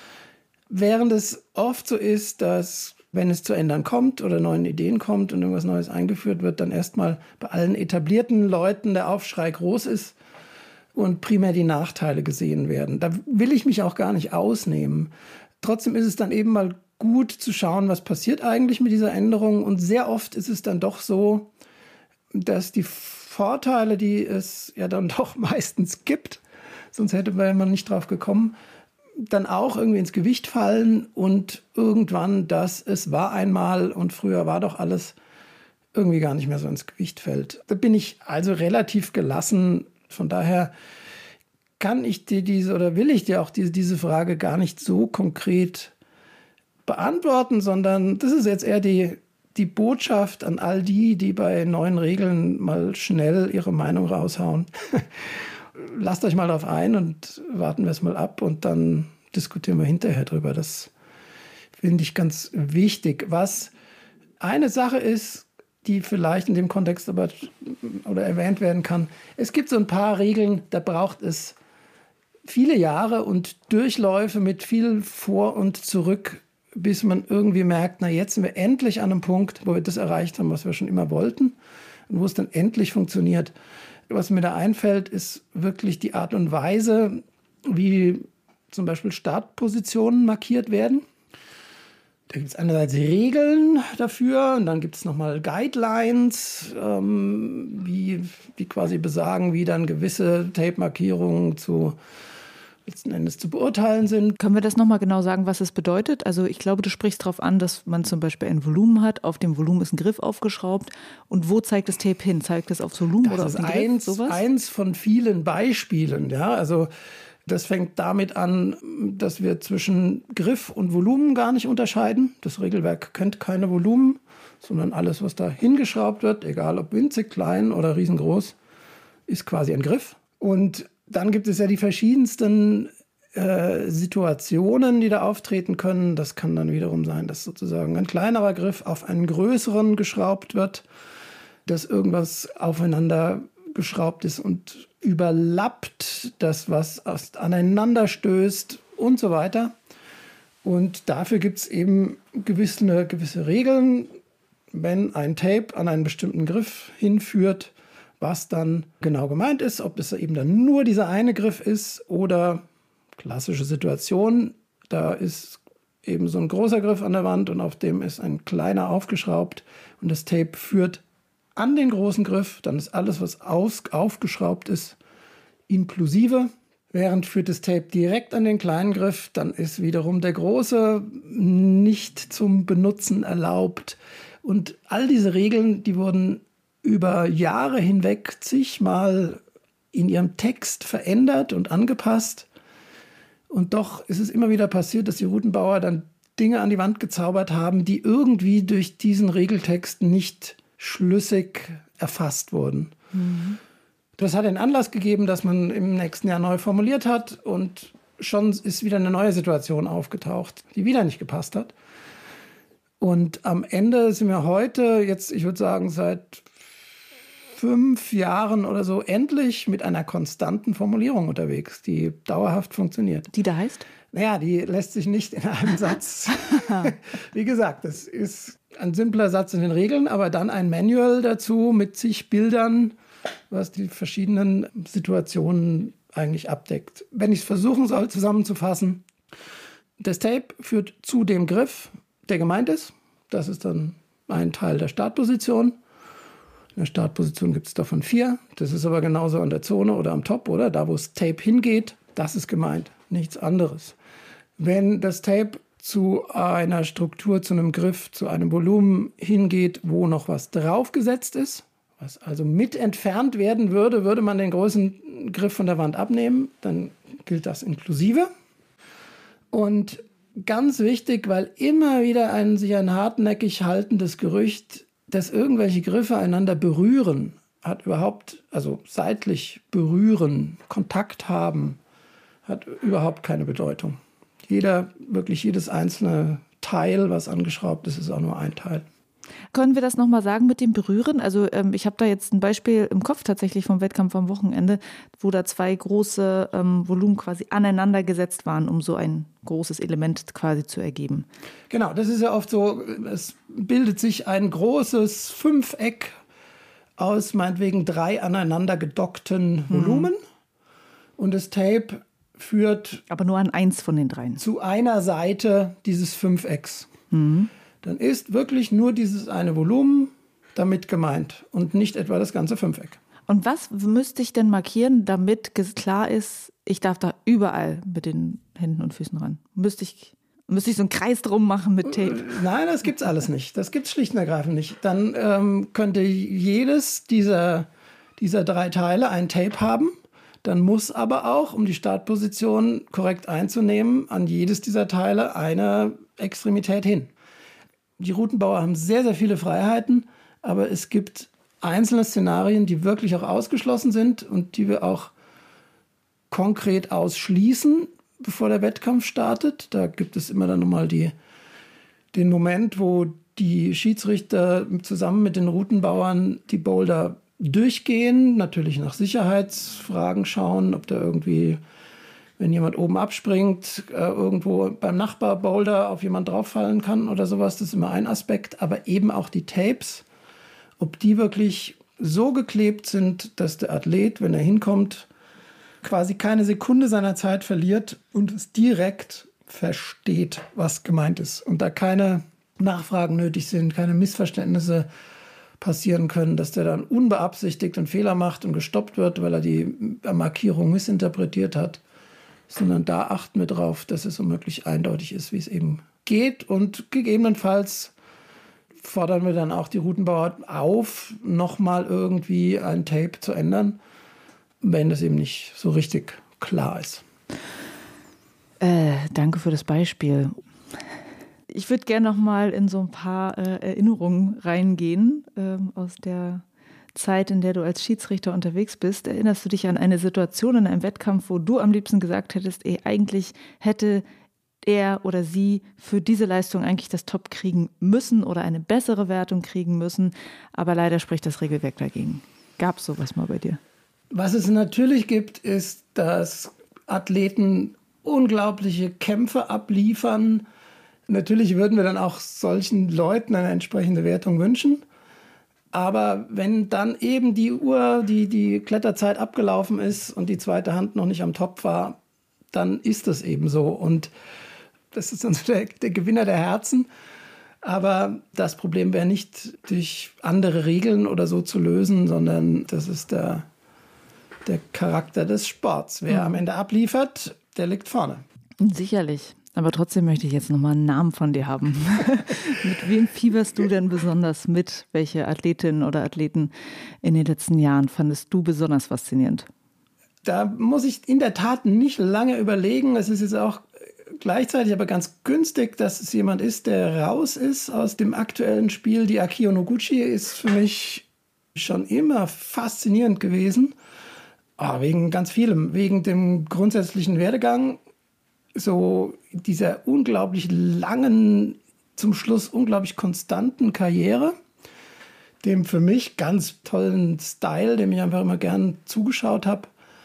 Während es oft so ist, dass wenn es zu Ändern kommt oder neuen Ideen kommt und irgendwas Neues eingeführt wird, dann erstmal bei allen etablierten Leuten der Aufschrei groß ist und primär die Nachteile gesehen werden. Da will ich mich auch gar nicht ausnehmen. Trotzdem ist es dann eben mal gut zu schauen, was passiert eigentlich mit dieser Änderung. Und sehr oft ist es dann doch so, dass die Vorteile, die es ja dann doch meistens gibt, sonst hätte man nicht drauf gekommen, dann auch irgendwie ins Gewicht fallen und irgendwann, dass es war einmal und früher war doch alles, irgendwie gar nicht mehr so ins Gewicht fällt. Da bin ich also relativ gelassen. Von daher kann ich dir will ich dir auch diese Frage gar nicht so konkret beantworten, sondern das ist jetzt eher die Botschaft an all die bei neuen Regeln mal schnell ihre Meinung raushauen. Lasst euch mal darauf ein und warten wir es mal ab und dann diskutieren wir hinterher drüber. Das finde ich ganz wichtig. Was eine Sache ist, die vielleicht in dem Kontext oder erwähnt werden kann. Es gibt so ein paar Regeln, da braucht es viele Jahre und Durchläufe mit viel Vor und Zurück, bis man irgendwie merkt, na jetzt sind wir endlich an einem Punkt, wo wir das erreicht haben, was wir schon immer wollten und wo es dann endlich funktioniert. Was mir da einfällt, ist wirklich die Art und Weise, wie zum Beispiel Startpositionen markiert werden. Da gibt es einerseits Regeln dafür und dann gibt es nochmal Guidelines, die quasi besagen, wie dann gewisse Tape-Markierungen letzten Endes zu beurteilen sind. Können wir das nochmal genau sagen, was es bedeutet? Also ich glaube, du sprichst darauf an, dass man zum Beispiel ein Volumen hat. Auf dem Volumen ist ein Griff aufgeschraubt. Und wo zeigt das Tape hin? Zeigt es aufs Volumen oder auf den Griff? Das ist eins von vielen Beispielen. Ja? Also das fängt damit an, dass wir zwischen Griff und Volumen gar nicht unterscheiden. Das Regelwerk kennt keine Volumen, sondern alles, was da hingeschraubt wird, egal ob winzig klein oder riesengroß, ist quasi ein Griff. Und dann gibt es ja die verschiedensten Situationen, die da auftreten können. Das kann dann wiederum sein, dass sozusagen ein kleinerer Griff auf einen größeren geschraubt wird, dass irgendwas aufeinander geschraubt ist und überlappt, das was aneinander stößt und so weiter. Und dafür gibt es eben gewisse Regeln, wenn ein Tape an einen bestimmten Griff hinführt, was dann genau gemeint ist, ob es eben dann nur dieser eine Griff ist oder klassische Situation, da ist eben so ein großer Griff an der Wand und auf dem ist ein kleiner aufgeschraubt und das Tape führt an den großen Griff, dann ist alles, was aufgeschraubt ist, inklusive. Während führt das Tape direkt an den kleinen Griff, dann ist wiederum der große nicht zum Benutzen erlaubt. Und all diese Regeln, die wurden über Jahre hinweg zigmal in ihrem Text verändert und angepasst. Und doch ist es immer wieder passiert, dass die Routenbauer dann Dinge an die Wand gezaubert haben, die irgendwie durch diesen Regeltext nicht schlüssig erfasst wurden. Mhm. Das hat den Anlass gegeben, dass man im nächsten Jahr neu formuliert hat und schon ist wieder eine neue Situation aufgetaucht, die wieder nicht gepasst hat. Und am Ende sind wir heute, jetzt ich würde sagen seit 5 Jahren oder so, endlich mit einer konstanten Formulierung unterwegs, die dauerhaft funktioniert. Die da heißt? Naja, die lässt sich nicht in einem Satz. Wie gesagt, das ist ein simpler Satz in den Regeln, aber dann ein Manual dazu mit zig Bildern, was die verschiedenen Situationen eigentlich abdeckt. Wenn ich es versuchen soll zusammenzufassen, das Tape führt zu dem Griff, der gemeint ist. Das ist dann ein Teil der Startposition. In der Startposition gibt es davon 4. Das ist aber genauso an der Zone oder am Top, oder? Da, wo das Tape hingeht, das ist gemeint, nichts anderes. Wenn das Tape zu einer Struktur, zu einem Griff, zu einem Volumen hingeht, wo noch was draufgesetzt ist, was also mit entfernt werden würde, würde man den großen Griff von der Wand abnehmen, dann gilt das inklusive. Und ganz wichtig, weil immer wieder sich ein hartnäckig haltendes Gerücht, dass irgendwelche Griffe einander berühren, hat überhaupt, also seitlich berühren, Kontakt haben, hat überhaupt keine Bedeutung. Wirklich jedes einzelne Teil, was angeschraubt ist, ist auch nur ein Teil. Können wir das nochmal sagen mit dem Berühren? Also ich habe da jetzt ein Beispiel im Kopf tatsächlich vom Wettkampf am Wochenende, wo da 2 große Volumen quasi aneinander gesetzt waren, um so ein großes Element quasi zu ergeben. Genau, das ist ja oft so, es bildet sich ein großes Fünfeck aus meinetwegen 3 aneinander gedockten Volumen und das Tape führt aber nur an eins von den 3 zu einer Seite dieses Fünfecks. Dann ist wirklich nur dieses eine Volumen damit gemeint und nicht etwa das ganze Fünfeck. Und was müsste ich denn markieren, damit klar ist, ich darf da überall mit den Händen und Füßen ran? Müsste ich so einen Kreis drum machen mit Tape? Nein, das gibt's alles nicht. Das gibt's schlicht und ergreifend nicht. Dann könnte jedes dieser 3 Teile ein Tape haben. Dann muss aber auch, um die Startposition korrekt einzunehmen, an jedes dieser Teile eine Extremität hin. Die Routenbauer haben sehr, sehr viele Freiheiten, aber es gibt einzelne Szenarien, die wirklich auch ausgeschlossen sind und die wir auch konkret ausschließen, bevor der Wettkampf startet. Da gibt es immer dann nochmal den Moment, wo die Schiedsrichter zusammen mit den Routenbauern die Boulder durchgehen, natürlich nach Sicherheitsfragen schauen, ob da irgendwie, wenn jemand oben abspringt, irgendwo beim Nachbarboulder auf jemand drauffallen kann oder sowas. Das ist immer ein Aspekt. Aber eben auch die Tapes, ob die wirklich so geklebt sind, dass der Athlet, wenn er hinkommt, quasi keine Sekunde seiner Zeit verliert und es direkt versteht, was gemeint ist. Und da keine Nachfragen nötig sind, keine Missverständnisse passieren können, dass der dann unbeabsichtigt einen Fehler macht und gestoppt wird, weil er die Markierung missinterpretiert hat, sondern da achten wir drauf, dass es so möglich eindeutig ist, wie es eben geht. Und gegebenenfalls fordern wir dann auch die Routenbauer auf, nochmal irgendwie ein Tape zu ändern, wenn das eben nicht so richtig klar ist. Danke für das Beispiel. Ich würde gerne noch mal in so ein paar Erinnerungen reingehen aus der Zeit, in der du als Schiedsrichter unterwegs bist. Erinnerst du dich an eine Situation in einem Wettkampf, wo du am liebsten gesagt hättest, eigentlich hätte er oder sie für diese Leistung eigentlich das Top kriegen müssen oder eine bessere Wertung kriegen müssen, aber leider spricht das Regelwerk dagegen. Gab es sowas mal bei dir? Was es natürlich gibt, ist, dass Athleten unglaubliche Kämpfe abliefern. Natürlich würden wir dann auch solchen Leuten eine entsprechende Wertung wünschen. Aber wenn dann eben die Kletterzeit abgelaufen ist und die zweite Hand noch nicht am Topf war, dann ist das eben so. Und das ist dann so der Gewinner der Herzen. Aber das Problem wäre nicht durch andere Regeln oder so zu lösen, sondern das ist der Charakter des Sports. Wer am Ende abliefert, der liegt vorne. Sicherlich. Aber trotzdem möchte ich jetzt nochmal einen Namen von dir haben. Mit wem fieberst du denn besonders mit? Welche Athletinnen oder Athleten in den letzten Jahren fandest du besonders faszinierend? Da muss ich in der Tat nicht lange überlegen. Es ist jetzt auch gleichzeitig aber ganz günstig, dass es jemand ist, der raus ist aus dem aktuellen Spiel. Die Akio Noguchi ist für mich schon immer faszinierend gewesen. Wegen ganz vielem. Wegen dem grundsätzlichen Werdegang. So dieser unglaublich langen, zum Schluss unglaublich konstanten Karriere, dem für mich ganz tollen Style, dem ich einfach immer gern zugeschaut habe.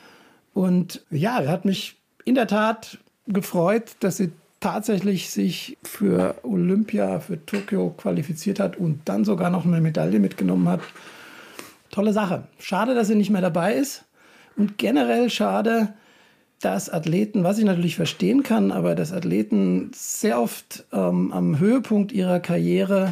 Und ja, hat mich in der Tat gefreut, dass sie tatsächlich sich für Olympia, für Tokio qualifiziert hat und dann sogar noch eine Medaille mitgenommen hat. Tolle Sache. Schade, dass sie nicht mehr dabei ist. Und generell schade, dass Athleten, was ich natürlich verstehen kann, aber dass Athleten sehr oft am Höhepunkt ihrer Karriere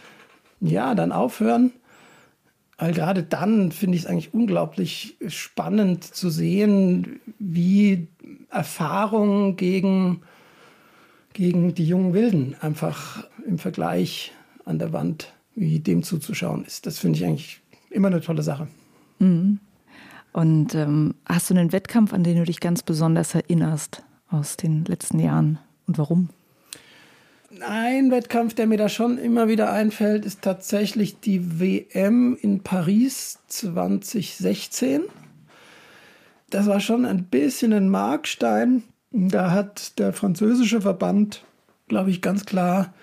dann aufhören. Weil gerade dann finde ich es eigentlich unglaublich spannend zu sehen, wie Erfahrung gegen gegen die jungen Wilden einfach im Vergleich an der Wand, wie dem zuzuschauen ist. Das finde ich eigentlich immer eine tolle Sache. Mhm. Und hast du einen Wettkampf, an den du dich ganz besonders erinnerst aus den letzten Jahren und warum? Ein Wettkampf, der mir da schon immer wieder einfällt, ist tatsächlich die WM in Paris 2016. Das war schon ein bisschen ein Markstein. Da hat der französische Verband, glaube ich, ganz klar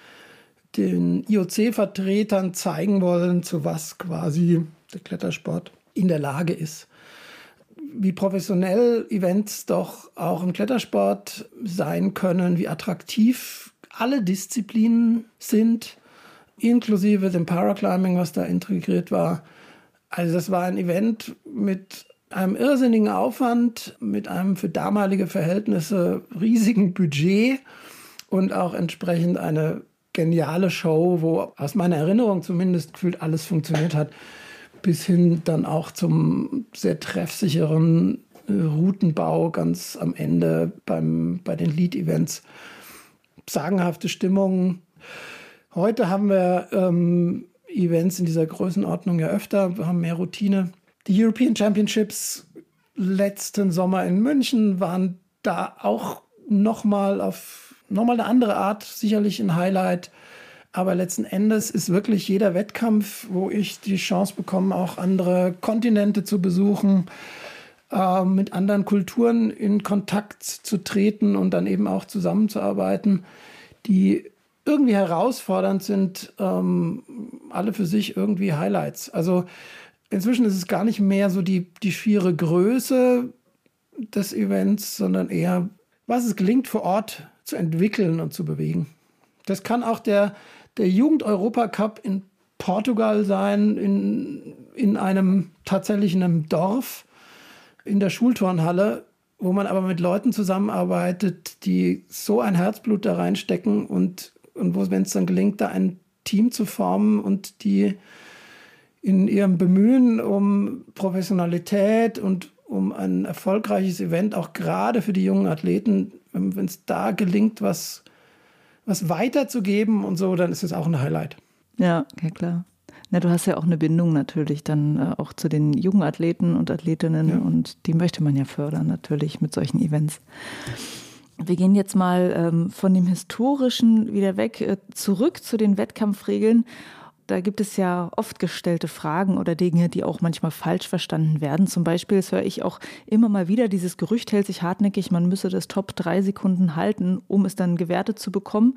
den IOC-Vertretern zeigen wollen, zu was quasi der Klettersport in der Lage ist. Wie professionell Events doch auch im Klettersport sein können, wie attraktiv alle Disziplinen sind, inklusive dem Paraclimbing, was da integriert war. Also das war ein Event mit einem irrsinnigen Aufwand, mit einem für damalige Verhältnisse riesigen Budget und auch entsprechend eine geniale Show, wo aus meiner Erinnerung zumindest gefühlt alles funktioniert hat, bis hin dann auch zum sehr treffsicheren Routenbau ganz am Ende bei den Lead-Events. Sagenhafte Stimmung. Heute haben wir Events in dieser Größenordnung ja öfter, wir haben mehr Routine. Die European Championships letzten Sommer in München waren da auch nochmal eine andere Art, sicherlich ein Highlight. Aber letzten Endes ist wirklich jeder Wettkampf, wo ich die Chance bekomme, auch andere Kontinente zu besuchen, mit anderen Kulturen in Kontakt zu treten und dann eben auch zusammenzuarbeiten, die irgendwie herausfordernd sind, alle für sich irgendwie Highlights. Also inzwischen ist es gar nicht mehr so die schiere Größe des Events, sondern eher, was es gelingt, vor Ort zu entwickeln und zu bewegen. Das kann auch der Jugend-Europacup in Portugal sein, in einem Dorf, in der Schulturnhalle, wo man aber mit Leuten zusammenarbeitet, die so ein Herzblut da reinstecken und wo, wenn es dann gelingt, da ein Team zu formen und die in ihrem Bemühen um Professionalität und um ein erfolgreiches Event, auch gerade für die jungen Athleten, wenn es da gelingt, was weiterzugeben und so, dann ist es auch ein Highlight. Ja, klar. Na, du hast ja auch eine Bindung natürlich dann auch zu den jungen Athleten und Athletinnen, ja. Und die möchte man ja fördern natürlich mit solchen Events. Wir gehen jetzt mal von dem Historischen wieder weg, zurück zu den Wettkampfregeln. Da gibt es ja oft gestellte Fragen oder Dinge, die auch manchmal falsch verstanden werden. Zum Beispiel, das höre ich auch immer mal wieder, dieses Gerücht hält sich hartnäckig, man müsse das Top 3 Sekunden halten, um es dann gewertet zu bekommen,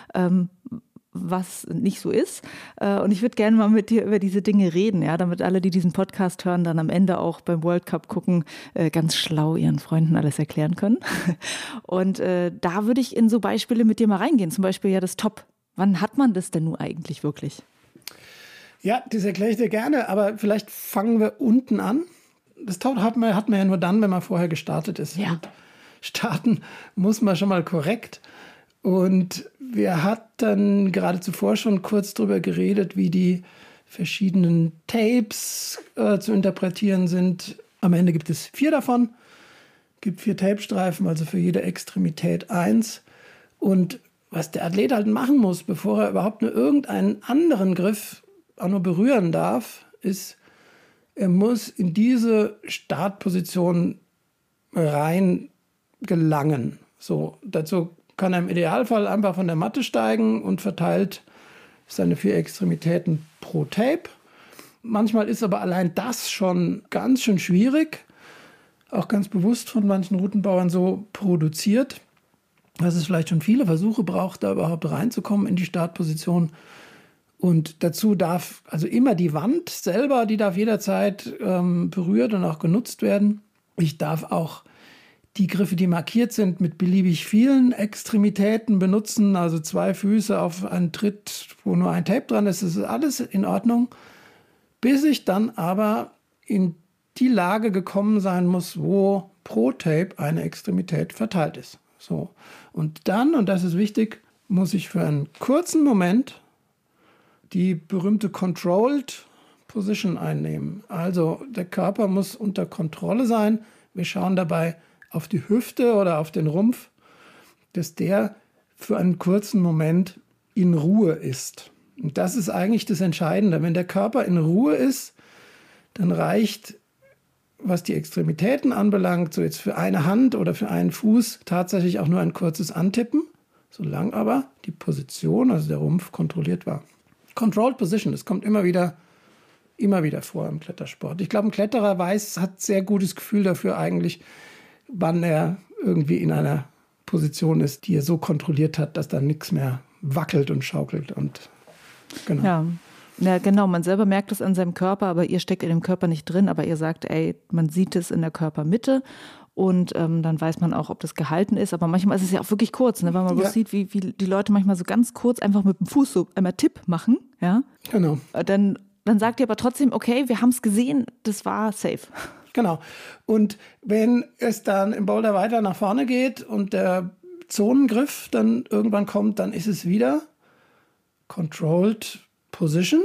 was nicht so ist. Und ich würde gerne mal mit dir über diese Dinge reden, ja, damit alle, die diesen Podcast hören, dann am Ende auch beim World Cup gucken, ganz schlau ihren Freunden alles erklären können. Und da würde ich in so Beispiele mit dir mal reingehen. Zum Beispiel ja das Top. Wann hat man das denn nun eigentlich wirklich? Ja, das erkläre ich dir gerne, aber vielleicht fangen wir unten an. Das Top hat man ja nur dann, wenn man vorher gestartet ist. Ja. Und starten muss man schon mal korrekt. Und wir hatten gerade zuvor schon kurz darüber geredet, wie die verschiedenen Tapes zu interpretieren sind. Am Ende gibt es 4 davon. Es gibt 4 Tapestreifen, also für jede Extremität 1. Und was der Athlet halt machen muss, bevor er überhaupt nur irgendeinen anderen Griff auch nur berühren darf, ist, er muss in diese Startposition rein gelangen. So, dazu kann er im Idealfall einfach von der Matte steigen und verteilt seine 4 Extremitäten pro Tape. Manchmal ist aber allein das schon ganz schön schwierig, auch ganz bewusst von manchen Routenbauern so produziert, dass es vielleicht schon viele Versuche braucht, da überhaupt reinzukommen in die Startposition. Und dazu darf also immer die Wand selber, die darf jederzeit berührt und auch genutzt werden. Ich darf auch die Griffe, die markiert sind, mit beliebig vielen Extremitäten benutzen, also 2 Füße auf einen Tritt, wo nur ein Tape dran ist, das ist alles in Ordnung, bis ich dann aber in die Lage gekommen sein muss, wo pro Tape eine Extremität verteilt ist. So. Und dann, und das ist wichtig, muss ich für einen kurzen Moment die berühmte Controlled Position einnehmen. Also der Körper muss unter Kontrolle sein. Wir schauen dabei auf die Hüfte oder auf den Rumpf, dass der für einen kurzen Moment in Ruhe ist. Und das ist eigentlich das Entscheidende. Wenn der Körper in Ruhe ist, dann reicht, was die Extremitäten anbelangt, so jetzt für eine Hand oder für einen Fuß tatsächlich auch nur ein kurzes Antippen, solange aber die Position, also der Rumpf, kontrolliert war. Controlled Position, das kommt immer wieder vor im Klettersport. Ich glaube, ein Kletterer hat sehr gutes Gefühl dafür eigentlich, wann er irgendwie in einer Position ist, die er so kontrolliert hat, dass da nichts mehr wackelt und schaukelt. Und genau. Ja, genau. Man selber merkt es an seinem Körper, aber ihr steckt in dem Körper nicht drin. Aber ihr sagt, man sieht es in der Körpermitte und dann weiß man auch, ob das gehalten ist. Aber manchmal ist es ja auch wirklich kurz, ne? Weil man bloß sieht, wie die Leute manchmal so ganz kurz einfach mit dem Fuß so einmal Tipp machen. Ja? Genau. Dann sagt ihr aber trotzdem, okay, wir haben es gesehen, das war safe. Genau. Und wenn es dann im Boulder weiter nach vorne geht und der Zonengriff dann irgendwann kommt, dann ist es wieder Controlled Position.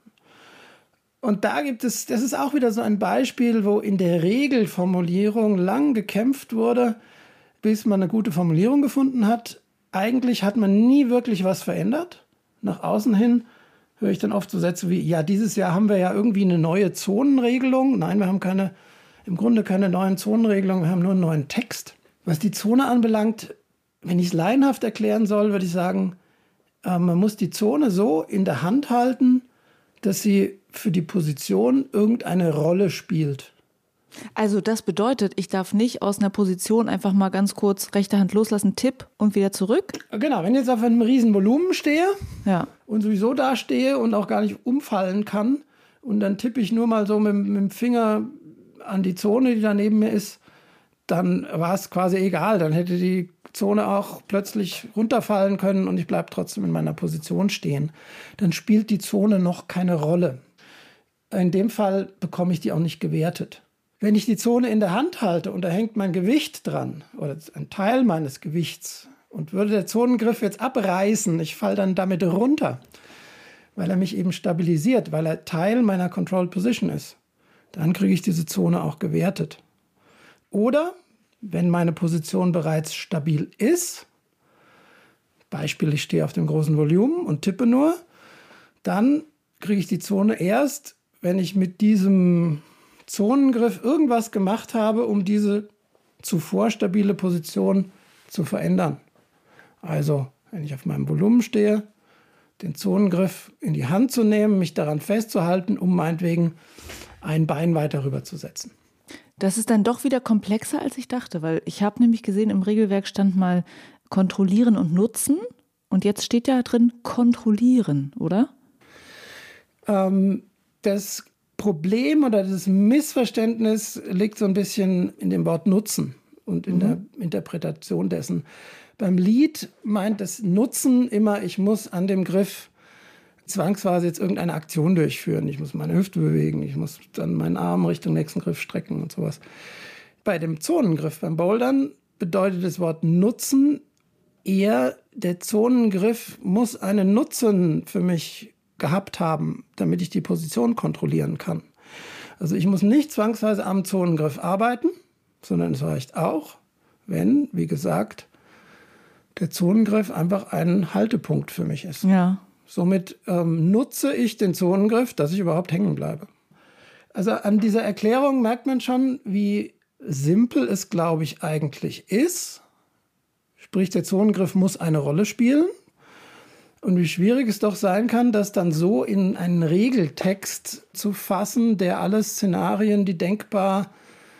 Und da das ist auch wieder so ein Beispiel, wo in der Regelformulierung lang gekämpft wurde, bis man eine gute Formulierung gefunden hat. Eigentlich hat man nie wirklich was verändert. Nach außen hin höre ich dann oft so Sätze wie, ja, dieses Jahr haben wir ja irgendwie eine neue Zonenregelung. Nein, wir haben im Grunde keine neuen Zonenregelungen, wir haben nur einen neuen Text. Was die Zone anbelangt, wenn ich es laienhaft erklären soll, würde ich sagen, man muss die Zone so in der Hand halten, dass sie für die Position irgendeine Rolle spielt. Also das bedeutet, ich darf nicht aus einer Position einfach mal ganz kurz rechte Hand loslassen, Tipp und wieder zurück? Genau, wenn ich jetzt auf einem riesen Volumen stehe und sowieso da stehe und auch gar nicht umfallen kann und dann tippe ich nur mal so mit dem Finger an die Zone, die da neben mir ist, dann war es quasi egal. Dann hätte die Zone auch plötzlich runterfallen können und ich bleibe trotzdem in meiner Position stehen. Dann spielt die Zone noch keine Rolle. In dem Fall bekomme ich die auch nicht gewertet. Wenn ich die Zone in der Hand halte und da hängt mein Gewicht dran oder ein Teil meines Gewichts und würde der Zonengriff jetzt abreißen, ich falle dann damit runter, weil er mich eben stabilisiert, weil er Teil meiner Controlled Position ist, dann kriege ich diese Zone auch gewertet. Oder wenn meine Position bereits stabil ist, Beispiel, ich stehe auf dem großen Volumen und tippe nur, dann kriege ich die Zone erst, wenn ich mit diesem Zonengriff irgendwas gemacht habe, um diese zuvor stabile Position zu verändern. Also, wenn ich auf meinem Volumen stehe, den Zonengriff in die Hand zu nehmen, mich daran festzuhalten, um meinetwegen ein Bein weiter rüber zu setzen. Das ist dann doch wieder komplexer, als ich dachte, weil ich habe nämlich gesehen, im Regelwerk stand mal kontrollieren und nutzen und jetzt steht ja drin kontrollieren, oder? Das Problem oder das Missverständnis liegt so ein bisschen in dem Wort Nutzen und in der Interpretation dessen. Beim Lead meint das Nutzen immer, ich muss an dem Griff zwangsweise jetzt irgendeine Aktion durchführen. Ich muss meine Hüfte bewegen, ich muss dann meinen Arm Richtung nächsten Griff strecken und sowas. Bei dem Zonengriff, beim Bouldern, bedeutet das Wort Nutzen eher, der Zonengriff muss einen Nutzen für mich gehabt haben, damit ich die Position kontrollieren kann. Also ich muss nicht zwangsweise am Zonengriff arbeiten, sondern es reicht auch, wenn, wie gesagt, der Zonengriff einfach ein Haltepunkt für mich ist. Ja. Somit nutze ich den Zonengriff, dass ich überhaupt hängen bleibe. Also an dieser Erklärung merkt man schon, wie simpel es, glaube ich, eigentlich ist. Sprich, der Zonengriff muss eine Rolle spielen. Und wie schwierig es doch sein kann, das dann so in einen Regeltext zu fassen, der alle Szenarien, die denkbar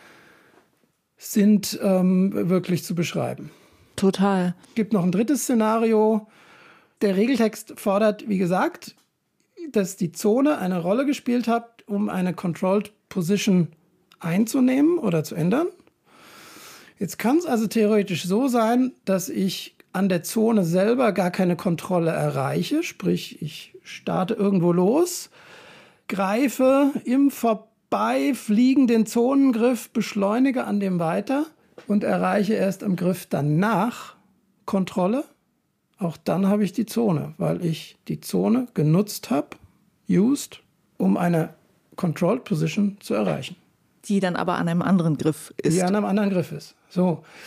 sind, wirklich zu beschreiben. Total. Es gibt noch ein drittes Szenario. Der Regeltext fordert, wie gesagt, dass die Zone eine Rolle gespielt hat, um eine Controlled Position einzunehmen oder zu ändern. Jetzt kann es also theoretisch so sein, dass ich an der Zone selber gar keine Kontrolle erreiche. Sprich, ich starte irgendwo los, greife im Vorbeifliegen den Zonengriff, beschleunige an dem weiter und erreiche erst am Griff danach Kontrolle. Auch dann habe ich die Zone, weil ich die Zone genutzt habe, um eine Controlled Position zu erreichen. Die dann aber an einem anderen Griff ist. Die an einem anderen Griff ist. So.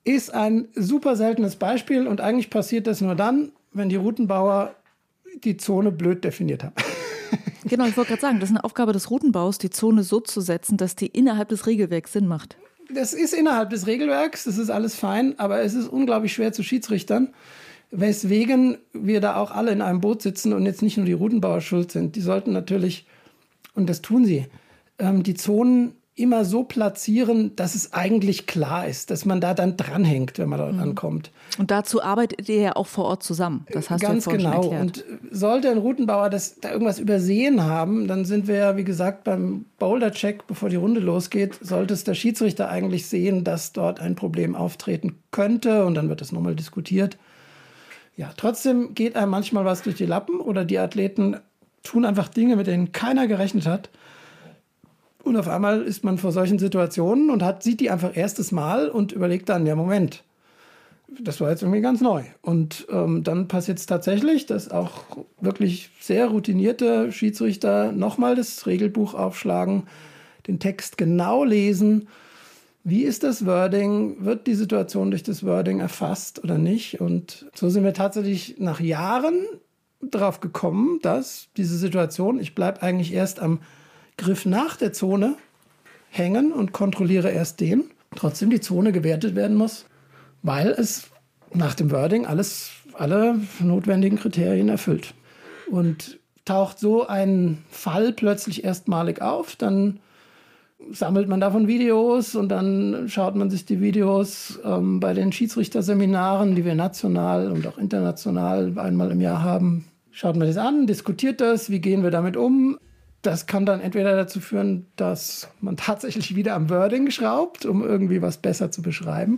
ist ein super seltenes Beispiel und eigentlich passiert das nur dann, wenn die Routenbauer die Zone blöd definiert haben. Genau, ich wollte gerade sagen, das ist eine Aufgabe des Routenbaus, die Zone so zu setzen, dass die innerhalb des Regelwerks Sinn macht. Das ist innerhalb des Regelwerks, das ist alles fein, aber es ist unglaublich schwer zu Schiedsrichtern, weswegen wir da auch alle in einem Boot sitzen und jetzt nicht nur die Routenbauer schuld sind. Die sollten natürlich, und das tun sie, die Zonen immer so platzieren, dass es eigentlich klar ist, dass man da dann dranhängt, wenn man dort ankommt. Und dazu arbeitet ihr ja auch vor Ort zusammen. Das hast Ganz du ja vorhin genau. schon erklärt. Und sollte ein Routenbauer da irgendwas übersehen haben, dann sind wir ja, wie gesagt, beim Boulder-Check, bevor die Runde losgeht, sollte es der Schiedsrichter eigentlich sehen, dass dort ein Problem auftreten könnte und dann wird das nochmal diskutiert. Ja, trotzdem geht einem manchmal was durch die Lappen oder die Athleten tun einfach Dinge, mit denen keiner gerechnet hat. Und auf einmal ist man vor solchen Situationen und sieht die einfach erstes Mal und überlegt dann, ja Moment, das war jetzt irgendwie ganz neu. Und dann passiert es tatsächlich, dass auch wirklich sehr routinierte Schiedsrichter nochmal das Regelbuch aufschlagen, den Text genau lesen. Wie ist das Wording? Wird die Situation durch das Wording erfasst oder nicht? Und so sind wir tatsächlich nach Jahren darauf gekommen, dass diese Situation, ich bleibe eigentlich erst am Griff nach der Zone hängen und kontrolliere erst den, trotzdem die Zone gewertet werden muss, weil es nach dem Wording alle notwendigen Kriterien erfüllt. Und taucht so ein Fall plötzlich erstmalig auf, dann sammelt man davon Videos und dann schaut man sich die Videos bei den Schiedsrichterseminaren, die wir national und auch international einmal im Jahr haben, schaut man das an, diskutiert das, wie gehen wir damit um. Das kann dann entweder dazu führen, dass man tatsächlich wieder am Wording schraubt, um irgendwie was besser zu beschreiben.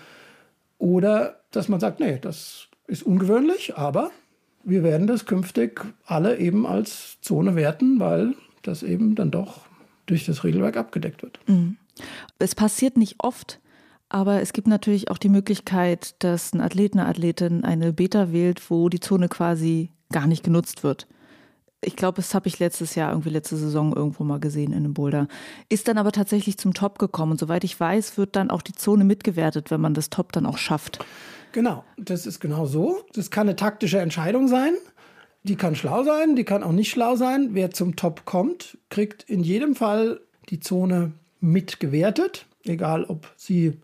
Oder dass man sagt, nee, das ist ungewöhnlich, aber wir werden das künftig alle eben als Zone werten, weil das eben dann doch durch das Regelwerk abgedeckt wird. Es passiert nicht oft, aber es gibt natürlich auch die Möglichkeit, dass ein Athlet, eine Athletin eine Beta wählt, wo die Zone quasi gar nicht genutzt wird. Ich glaube, das habe ich letzte Saison irgendwo mal gesehen in einem Boulder. Ist dann aber tatsächlich zum Top gekommen. Und soweit ich weiß, wird dann auch die Zone mitgewertet, wenn man das Top dann auch schafft. Genau, das ist genau so. Das kann eine taktische Entscheidung sein. Die kann schlau sein, die kann auch nicht schlau sein. Wer zum Top kommt, kriegt in jedem Fall die Zone mitgewertet. Egal, ob sie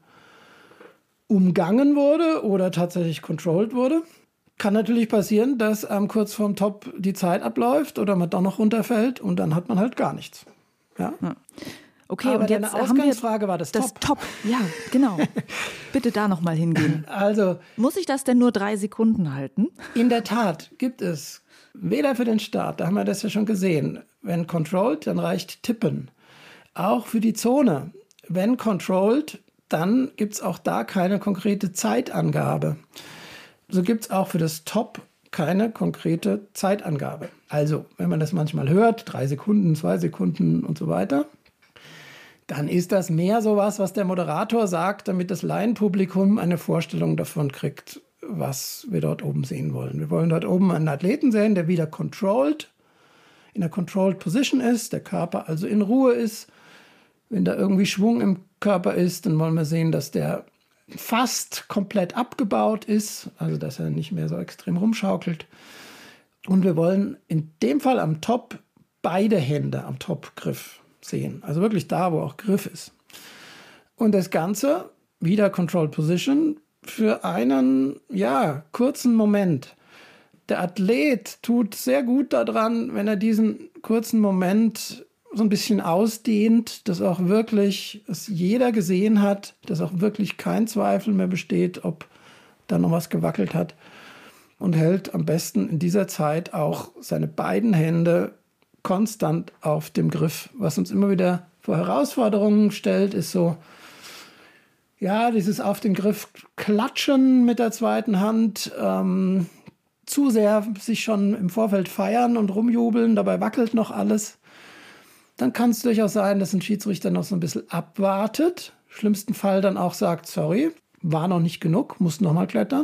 umgangen wurde oder tatsächlich controlled wurde. Kann natürlich passieren, dass kurz vorm Top die Zeit abläuft oder man doch noch runterfällt und dann hat man halt gar nichts. Ja? Okay, aber und jetzt deine Ausgangsfrage war das Top. Das Top, ja, genau. Bitte da nochmal hingehen. Also, muss ich das denn nur 3 Sekunden halten? In der Tat gibt es weder für den Start, da haben wir das ja schon gesehen, wenn controlled, dann reicht tippen. Auch für die Zone, wenn controlled, dann gibt es auch da keine konkrete Zeitangabe. So gibt es auch für das Top keine konkrete Zeitangabe. Also, wenn man das manchmal hört, 3 Sekunden, 2 Sekunden und so weiter, dann ist das mehr sowas, was der Moderator sagt, damit das Laienpublikum eine Vorstellung davon kriegt, was wir dort oben sehen wollen. Wir wollen dort oben einen Athleten sehen, der wieder controlled, in einer controlled Position ist, der Körper also in Ruhe ist. Wenn da irgendwie Schwung im Körper ist, dann wollen wir sehen, dass der fast komplett abgebaut ist, also dass er nicht mehr so extrem rumschaukelt. Und wir wollen in dem Fall am Top beide Hände am Topgriff sehen, also wirklich da, wo auch Griff ist. Und das Ganze, wieder Controlled Position, für einen, kurzen Moment. Der Athlet tut sehr gut daran, wenn er diesen kurzen Moment so ein bisschen ausdehnt, dass jeder gesehen hat, dass auch wirklich kein Zweifel mehr besteht, ob da noch was gewackelt hat. Und hält am besten in dieser Zeit auch seine beiden Hände konstant auf dem Griff. Was uns immer wieder vor Herausforderungen stellt, ist so, dieses auf den Griff klatschen mit der zweiten Hand, zu sehr sich schon im Vorfeld feiern und rumjubeln, dabei wackelt noch alles. Dann kann es durchaus sein, dass ein Schiedsrichter noch so ein bisschen abwartet. Im schlimmsten Fall dann auch sagt, sorry, war noch nicht genug, muss noch mal klettern.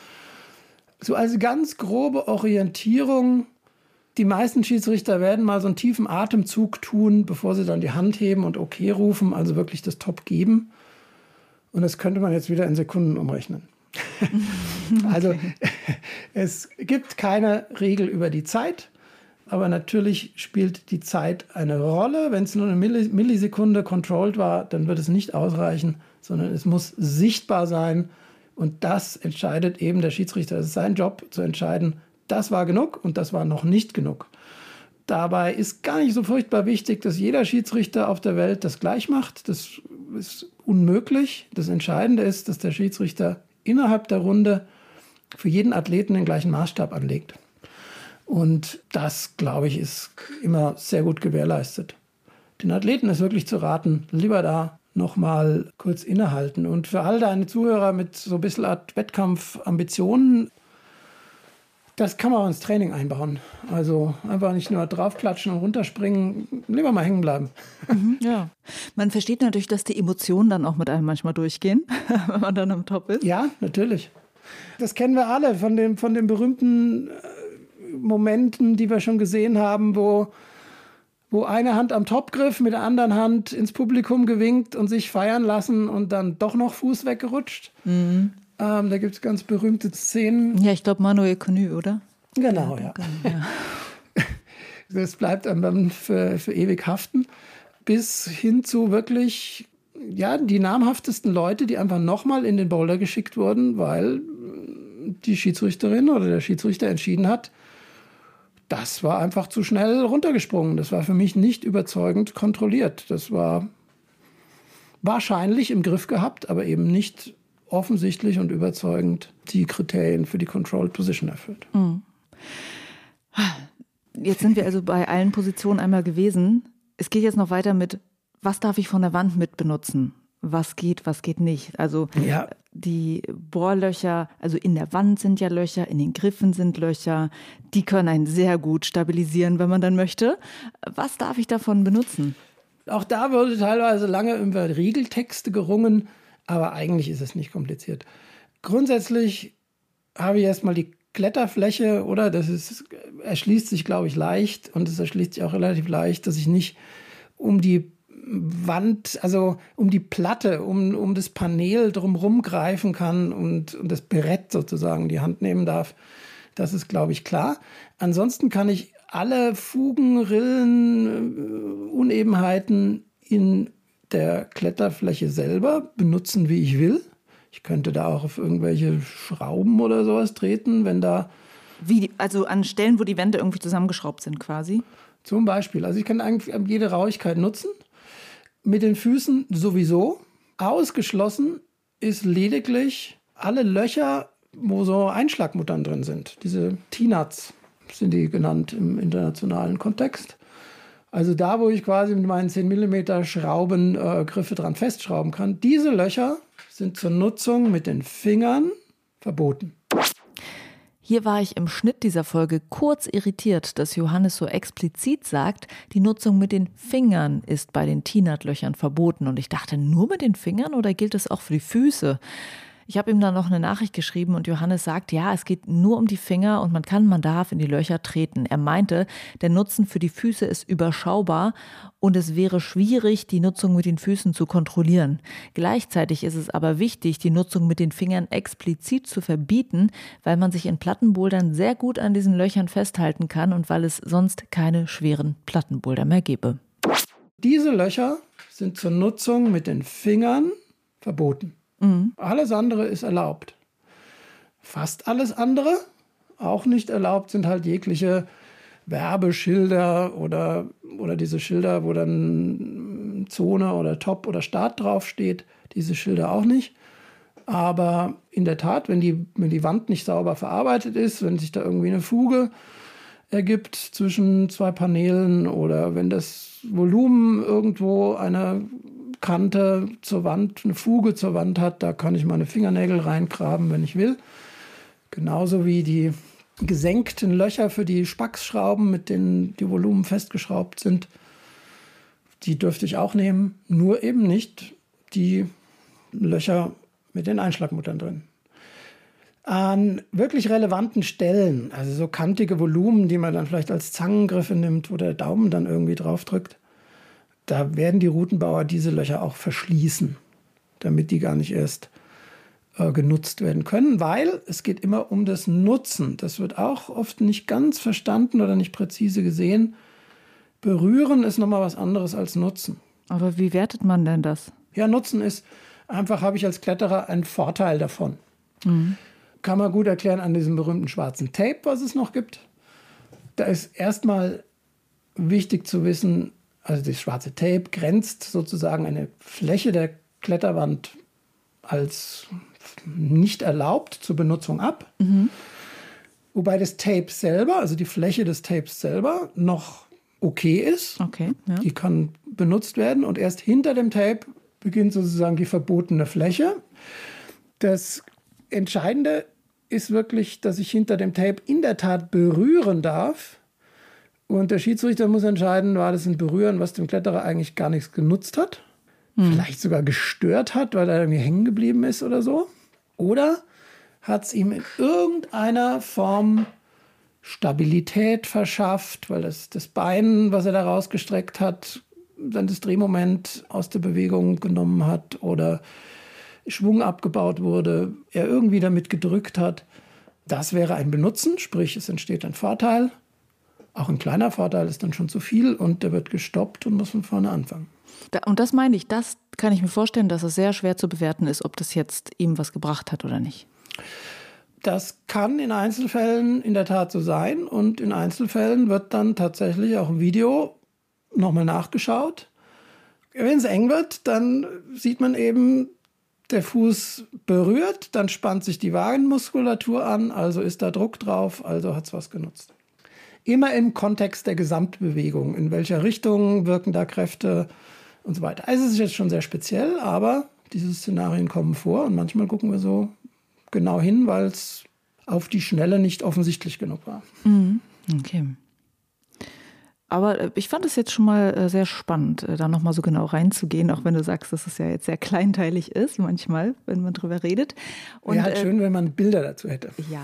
So als ganz grobe Orientierung. Die meisten Schiedsrichter werden mal so einen tiefen Atemzug tun, bevor sie dann die Hand heben und okay rufen, also wirklich das Top geben. Und das könnte man jetzt wieder in Sekunden umrechnen. Also es gibt keine Regel über die Zeit, aber natürlich spielt die Zeit eine Rolle. Wenn es nur eine Millisekunde controlled war, dann wird es nicht ausreichen, sondern es muss sichtbar sein. Und das entscheidet eben der Schiedsrichter. Es ist sein Job zu entscheiden, das war genug und das war noch nicht genug. Dabei ist gar nicht so furchtbar wichtig, dass jeder Schiedsrichter auf der Welt das gleich macht. Das ist unmöglich. Das Entscheidende ist, dass der Schiedsrichter innerhalb der Runde für jeden Athleten den gleichen Maßstab anlegt. Und das, glaube ich, ist immer sehr gut gewährleistet. Den Athleten ist wirklich zu raten, lieber da nochmal kurz innehalten. Und für all deine Zuhörer mit so ein bisschen Art Wettkampfambitionen, das kann man auch ins Training einbauen. Also einfach nicht nur draufklatschen und runterspringen, lieber mal hängen bleiben. Ja, man versteht natürlich, dass die Emotionen dann auch mit einem manchmal durchgehen, wenn man dann am Top ist. Ja, natürlich. Das kennen wir alle von den berühmten Momenten, die wir schon gesehen haben, wo eine Hand am Topgriff, mit der anderen Hand ins Publikum gewinkt und sich feiern lassen und dann doch noch Fuß weggerutscht. Mhm. Da gibt es ganz berühmte Szenen. Ja, ich glaube Manuel Connu, oder? Genau, ja. Das bleibt einem dann für ewig haften. Bis hin zu wirklich, ja, die namhaftesten Leute, die einfach nochmal in den Boulder geschickt wurden, weil die Schiedsrichterin oder der Schiedsrichter entschieden hat, das war einfach zu schnell runtergesprungen. Das war für mich nicht überzeugend kontrolliert. Das war wahrscheinlich im Griff gehabt, aber eben nicht offensichtlich und überzeugend die Kriterien für die Controlled Position erfüllt. Mhm. Jetzt sind wir also bei allen Positionen einmal gewesen. Es geht jetzt noch weiter mit, was darf ich von der Wand mit benutzen? Was geht nicht? Also ja. Die Bohrlöcher, also in der Wand sind ja Löcher, in den Griffen sind Löcher. Die können einen sehr gut stabilisieren, wenn man dann möchte. Was darf ich davon benutzen? Auch da wurde teilweise lange über Regeltexte gerungen. Aber eigentlich ist es nicht kompliziert. Grundsätzlich habe ich erstmal die Kletterfläche, oder? Erschließt sich, glaube ich, leicht. Und es erschließt sich auch relativ leicht, dass ich nicht um die Wand, also um die Platte, um das Panel drumherum greifen kann und das Brett sozusagen in die Hand nehmen darf. Das ist, glaube ich, klar. Ansonsten kann ich alle Fugen, Rillen, Unebenheiten in der Kletterfläche selber benutzen, wie ich will. Ich könnte da auch auf irgendwelche Schrauben oder sowas treten, wenn da... Also an Stellen, wo die Wände irgendwie zusammengeschraubt sind quasi? Zum Beispiel. Also ich kann eigentlich jede Rauigkeit nutzen. Mit den Füßen sowieso. Ausgeschlossen ist lediglich alle Löcher, wo so Einschlagmuttern drin sind. Diese T-Nuts sind die genannt im internationalen Kontext. Also da, wo ich quasi mit meinen 10 mm Schrauben Griffe dran festschrauben kann. Diese Löcher sind zur Nutzung mit den Fingern verboten. Hier war ich im Schnitt dieser Folge kurz irritiert, dass Johannes so explizit sagt, die Nutzung mit den Fingern ist bei den T-Nut-Löchern verboten. Und ich dachte, nur mit den Fingern oder gilt das auch für die Füße? Ich habe ihm dann noch eine Nachricht geschrieben und Johannes sagt, ja, es geht nur um die Finger und man darf in die Löcher treten. Er meinte, der Nutzen für die Füße ist überschaubar und es wäre schwierig, die Nutzung mit den Füßen zu kontrollieren. Gleichzeitig ist es aber wichtig, die Nutzung mit den Fingern explizit zu verbieten, weil man sich in Plattenbouldern sehr gut an diesen Löchern festhalten kann und weil es sonst keine schweren Plattenboulder mehr gäbe. Diese Löcher sind zur Nutzung mit den Fingern verboten. Mhm. Alles andere ist erlaubt. Fast alles andere, auch nicht erlaubt, sind halt jegliche Werbeschilder oder diese Schilder, wo dann Zone oder Top oder Start draufsteht. Diese Schilder auch nicht. Aber in der Tat, wenn die Wand nicht sauber verarbeitet ist, wenn sich da irgendwie eine Fuge ergibt zwischen zwei Paneelen oder wenn das Volumen irgendwo eine Kante zur Wand, eine Fuge zur Wand hat, da kann ich meine Fingernägel reingraben, wenn ich will. Genauso wie die gesenkten Löcher für die Spaxschrauben, mit denen die Volumen festgeschraubt sind, die dürfte ich auch nehmen, nur eben nicht die Löcher mit den Einschlagmuttern drin. An wirklich relevanten Stellen, also so kantige Volumen, die man dann vielleicht als Zangengriffe nimmt, wo der Daumen dann irgendwie drauf drückt, da werden die Routenbauer diese Löcher auch verschließen. damit die gar nicht erst genutzt werden können, weil es geht immer um das Nutzen. Das wird auch oft nicht ganz verstanden oder nicht präzise gesehen. Berühren ist nochmal was anderes als Nutzen. Aber wie wertet man denn das? Ja, Nutzen ist einfach, habe ich als Kletterer einen Vorteil davon. Kann man gut erklären an diesem berühmten schwarzen Tape, was es noch gibt. Da ist erstmal wichtig zu wissen, also das schwarze Tape grenzt sozusagen eine Fläche der Kletterwand als nicht erlaubt zur Benutzung ab. Wobei das Tape selber, also die Fläche des Tapes selber, noch okay ist. Okay, ja. Die kann benutzt werden und erst hinter dem Tape beginnt sozusagen die verbotene Fläche. Das Entscheidende ist wirklich, dass ich hinter dem Tape in der Tat berühren darf. Und der Schiedsrichter muss entscheiden, war das ein Berühren, was dem Kletterer eigentlich gar nichts genutzt hat. Vielleicht sogar gestört hat, weil er irgendwie hängen geblieben ist oder so. Oder hat es ihm in irgendeiner Form Stabilität verschafft, weil das Bein, was er da rausgestreckt hat, dann das Drehmoment aus der Bewegung genommen hat oder Schwung abgebaut wurde, er irgendwie damit gedrückt hat. Das wäre ein Benutzen, sprich es entsteht ein Vorteil. Auch ein kleiner Vorteil ist dann schon zu viel und der wird gestoppt und muss von vorne anfangen. Und das meine ich, das kann ich mir vorstellen, dass es sehr schwer zu bewerten ist, ob das jetzt ihm was gebracht hat oder nicht. Das kann in Einzelfällen in der Tat so sein und in Einzelfällen wird dann tatsächlich auch im Video nochmal nachgeschaut. Wenn es eng wird, dann sieht man eben, der Fuß berührt, dann spannt sich die Wadenmuskulatur an, also ist da Druck drauf, also hat es was genutzt. Immer im Kontext der Gesamtbewegung, in welcher Richtung wirken da Kräfte und so weiter. Also es ist jetzt schon sehr speziell, aber diese Szenarien kommen vor und manchmal gucken wir so genau hin, weil es auf die Schnelle nicht offensichtlich genug war. Okay. Aber ich fand es jetzt schon mal sehr spannend, da nochmal so genau reinzugehen, auch wenn du sagst, dass es ja jetzt sehr kleinteilig ist, manchmal, wenn man drüber redet. Wäre halt schön, wenn man Bilder dazu hätte. Ja.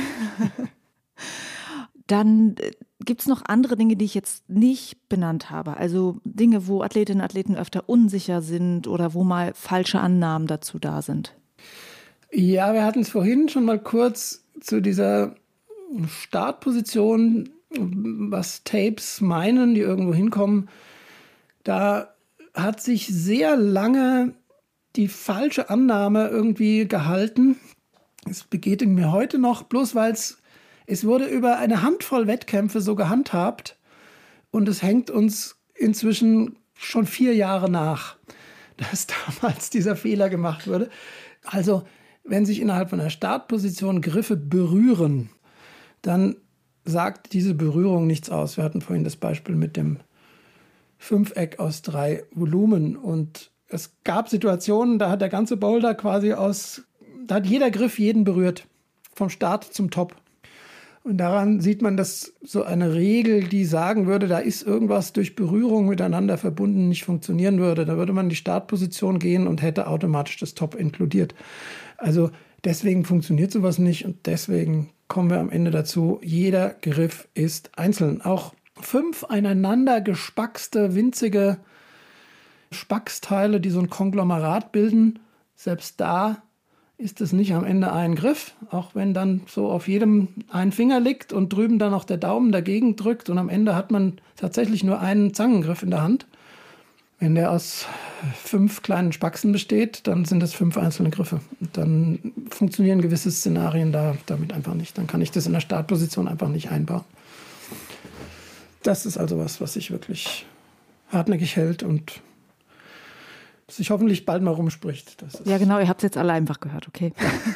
Dann gibt es noch andere Dinge, die ich jetzt nicht benannt habe. Also Dinge, wo Athletinnen und Athleten öfter unsicher sind oder wo mal falsche Annahmen dazu da sind. Ja, wir hatten es vorhin schon mal kurz zu dieser Startposition, was Tapes meinen, die irgendwo hinkommen. Da hat sich sehr lange die falsche Annahme irgendwie gehalten. Es begegnet mir heute noch, bloß weil es wurde über eine Handvoll Wettkämpfe so gehandhabt und es hängt uns inzwischen schon 4 Jahre nach, dass damals dieser Fehler gemacht wurde. Also wenn sich innerhalb von einer Startposition Griffe berühren, dann sagt diese Berührung nichts aus. Wir hatten vorhin das Beispiel mit dem 5-Eck aus 3 Volumen und es gab Situationen, da hat der ganze Boulder da hat jeder Griff jeden berührt, vom Start zum Top. Und daran sieht man, dass so eine Regel, die sagen würde, da ist irgendwas durch Berührung miteinander verbunden, nicht funktionieren würde. Da würde man in die Startposition gehen und hätte automatisch das Top inkludiert. Also deswegen funktioniert sowas nicht und deswegen kommen wir am Ende dazu, jeder Griff ist einzeln. Auch 5 aneinander gespackste, winzige Spacksteile, die so ein Konglomerat bilden, selbst da ist es nicht am Ende ein Griff, auch wenn dann so auf jedem ein Finger liegt und drüben dann auch der Daumen dagegen drückt und am Ende hat man tatsächlich nur einen Zangengriff in der Hand. Wenn der aus 5 kleinen Spaxen besteht, dann sind das 5 einzelne Griffe. Und dann funktionieren gewisse Szenarien damit einfach nicht. Dann kann ich das in der Startposition einfach nicht einbauen. Das ist also was sich wirklich hartnäckig hält und sich hoffentlich bald mal rumspricht. Ja genau, ihr habt es jetzt alle einfach gehört, okay.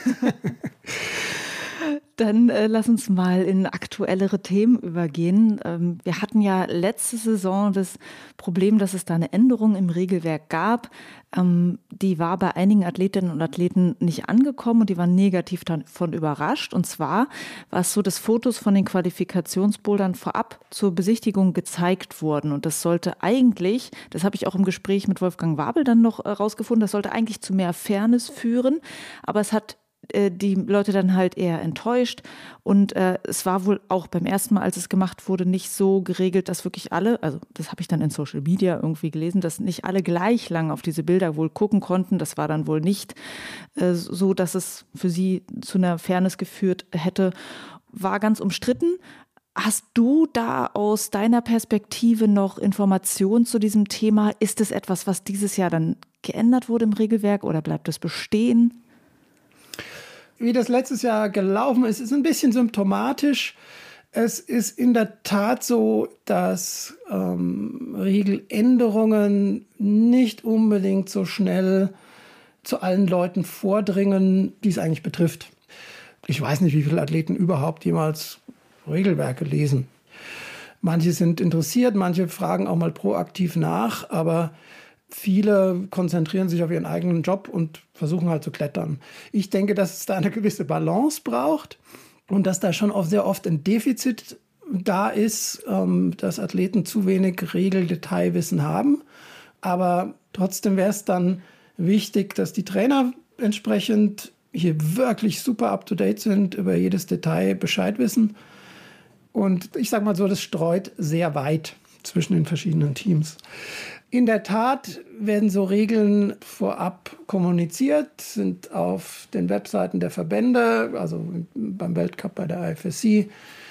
Dann lass uns mal in aktuellere Themen übergehen. Wir hatten ja letzte Saison das Problem, dass es da eine Änderung im Regelwerk gab. Die war bei einigen Athletinnen und Athleten nicht angekommen und die waren negativ davon überrascht. Und zwar war es so, dass Fotos von den Qualifikationsbouldern vorab zur Besichtigung gezeigt wurden. Und das sollte eigentlich, das habe ich auch im Gespräch mit Wolfgang Wabel dann noch rausgefunden, das sollte eigentlich zu mehr Fairness führen. Aber es hat die Leute dann halt eher enttäuscht. Und es war wohl auch beim ersten Mal, als es gemacht wurde, nicht so geregelt, dass wirklich alle, also das habe ich dann in Social Media irgendwie gelesen, dass nicht alle gleich lang auf diese Bilder wohl gucken konnten. Das war dann wohl nicht so, dass es für sie zu einer Fairness geführt hätte. War ganz umstritten. Hast du da aus deiner Perspektive noch Informationen zu diesem Thema? Ist es etwas, was dieses Jahr dann geändert wurde im Regelwerk oder bleibt es bestehen? Wie das letztes Jahr gelaufen ist, ist ein bisschen symptomatisch. Es ist in der Tat so, dass Regeländerungen nicht unbedingt so schnell zu allen Leuten vordringen, die es eigentlich betrifft. Ich weiß nicht, wie viele Athleten überhaupt jemals Regelwerke lesen. Manche sind interessiert, manche fragen auch mal proaktiv nach, aber viele konzentrieren sich auf ihren eigenen Job und versuchen halt zu klettern. Ich denke, dass es da eine gewisse Balance braucht und dass da schon sehr oft ein Defizit da ist, dass Athleten zu wenig Regeldetailwissen haben. Aber trotzdem wäre es dann wichtig, dass die Trainer entsprechend hier wirklich super up-to-date sind, über jedes Detail Bescheid wissen. Und ich sage mal so, das streut sehr weit zwischen den verschiedenen Teams. In der Tat werden so Regeln vorab kommuniziert, sind auf den Webseiten der Verbände, also beim Weltcup bei der IFSC,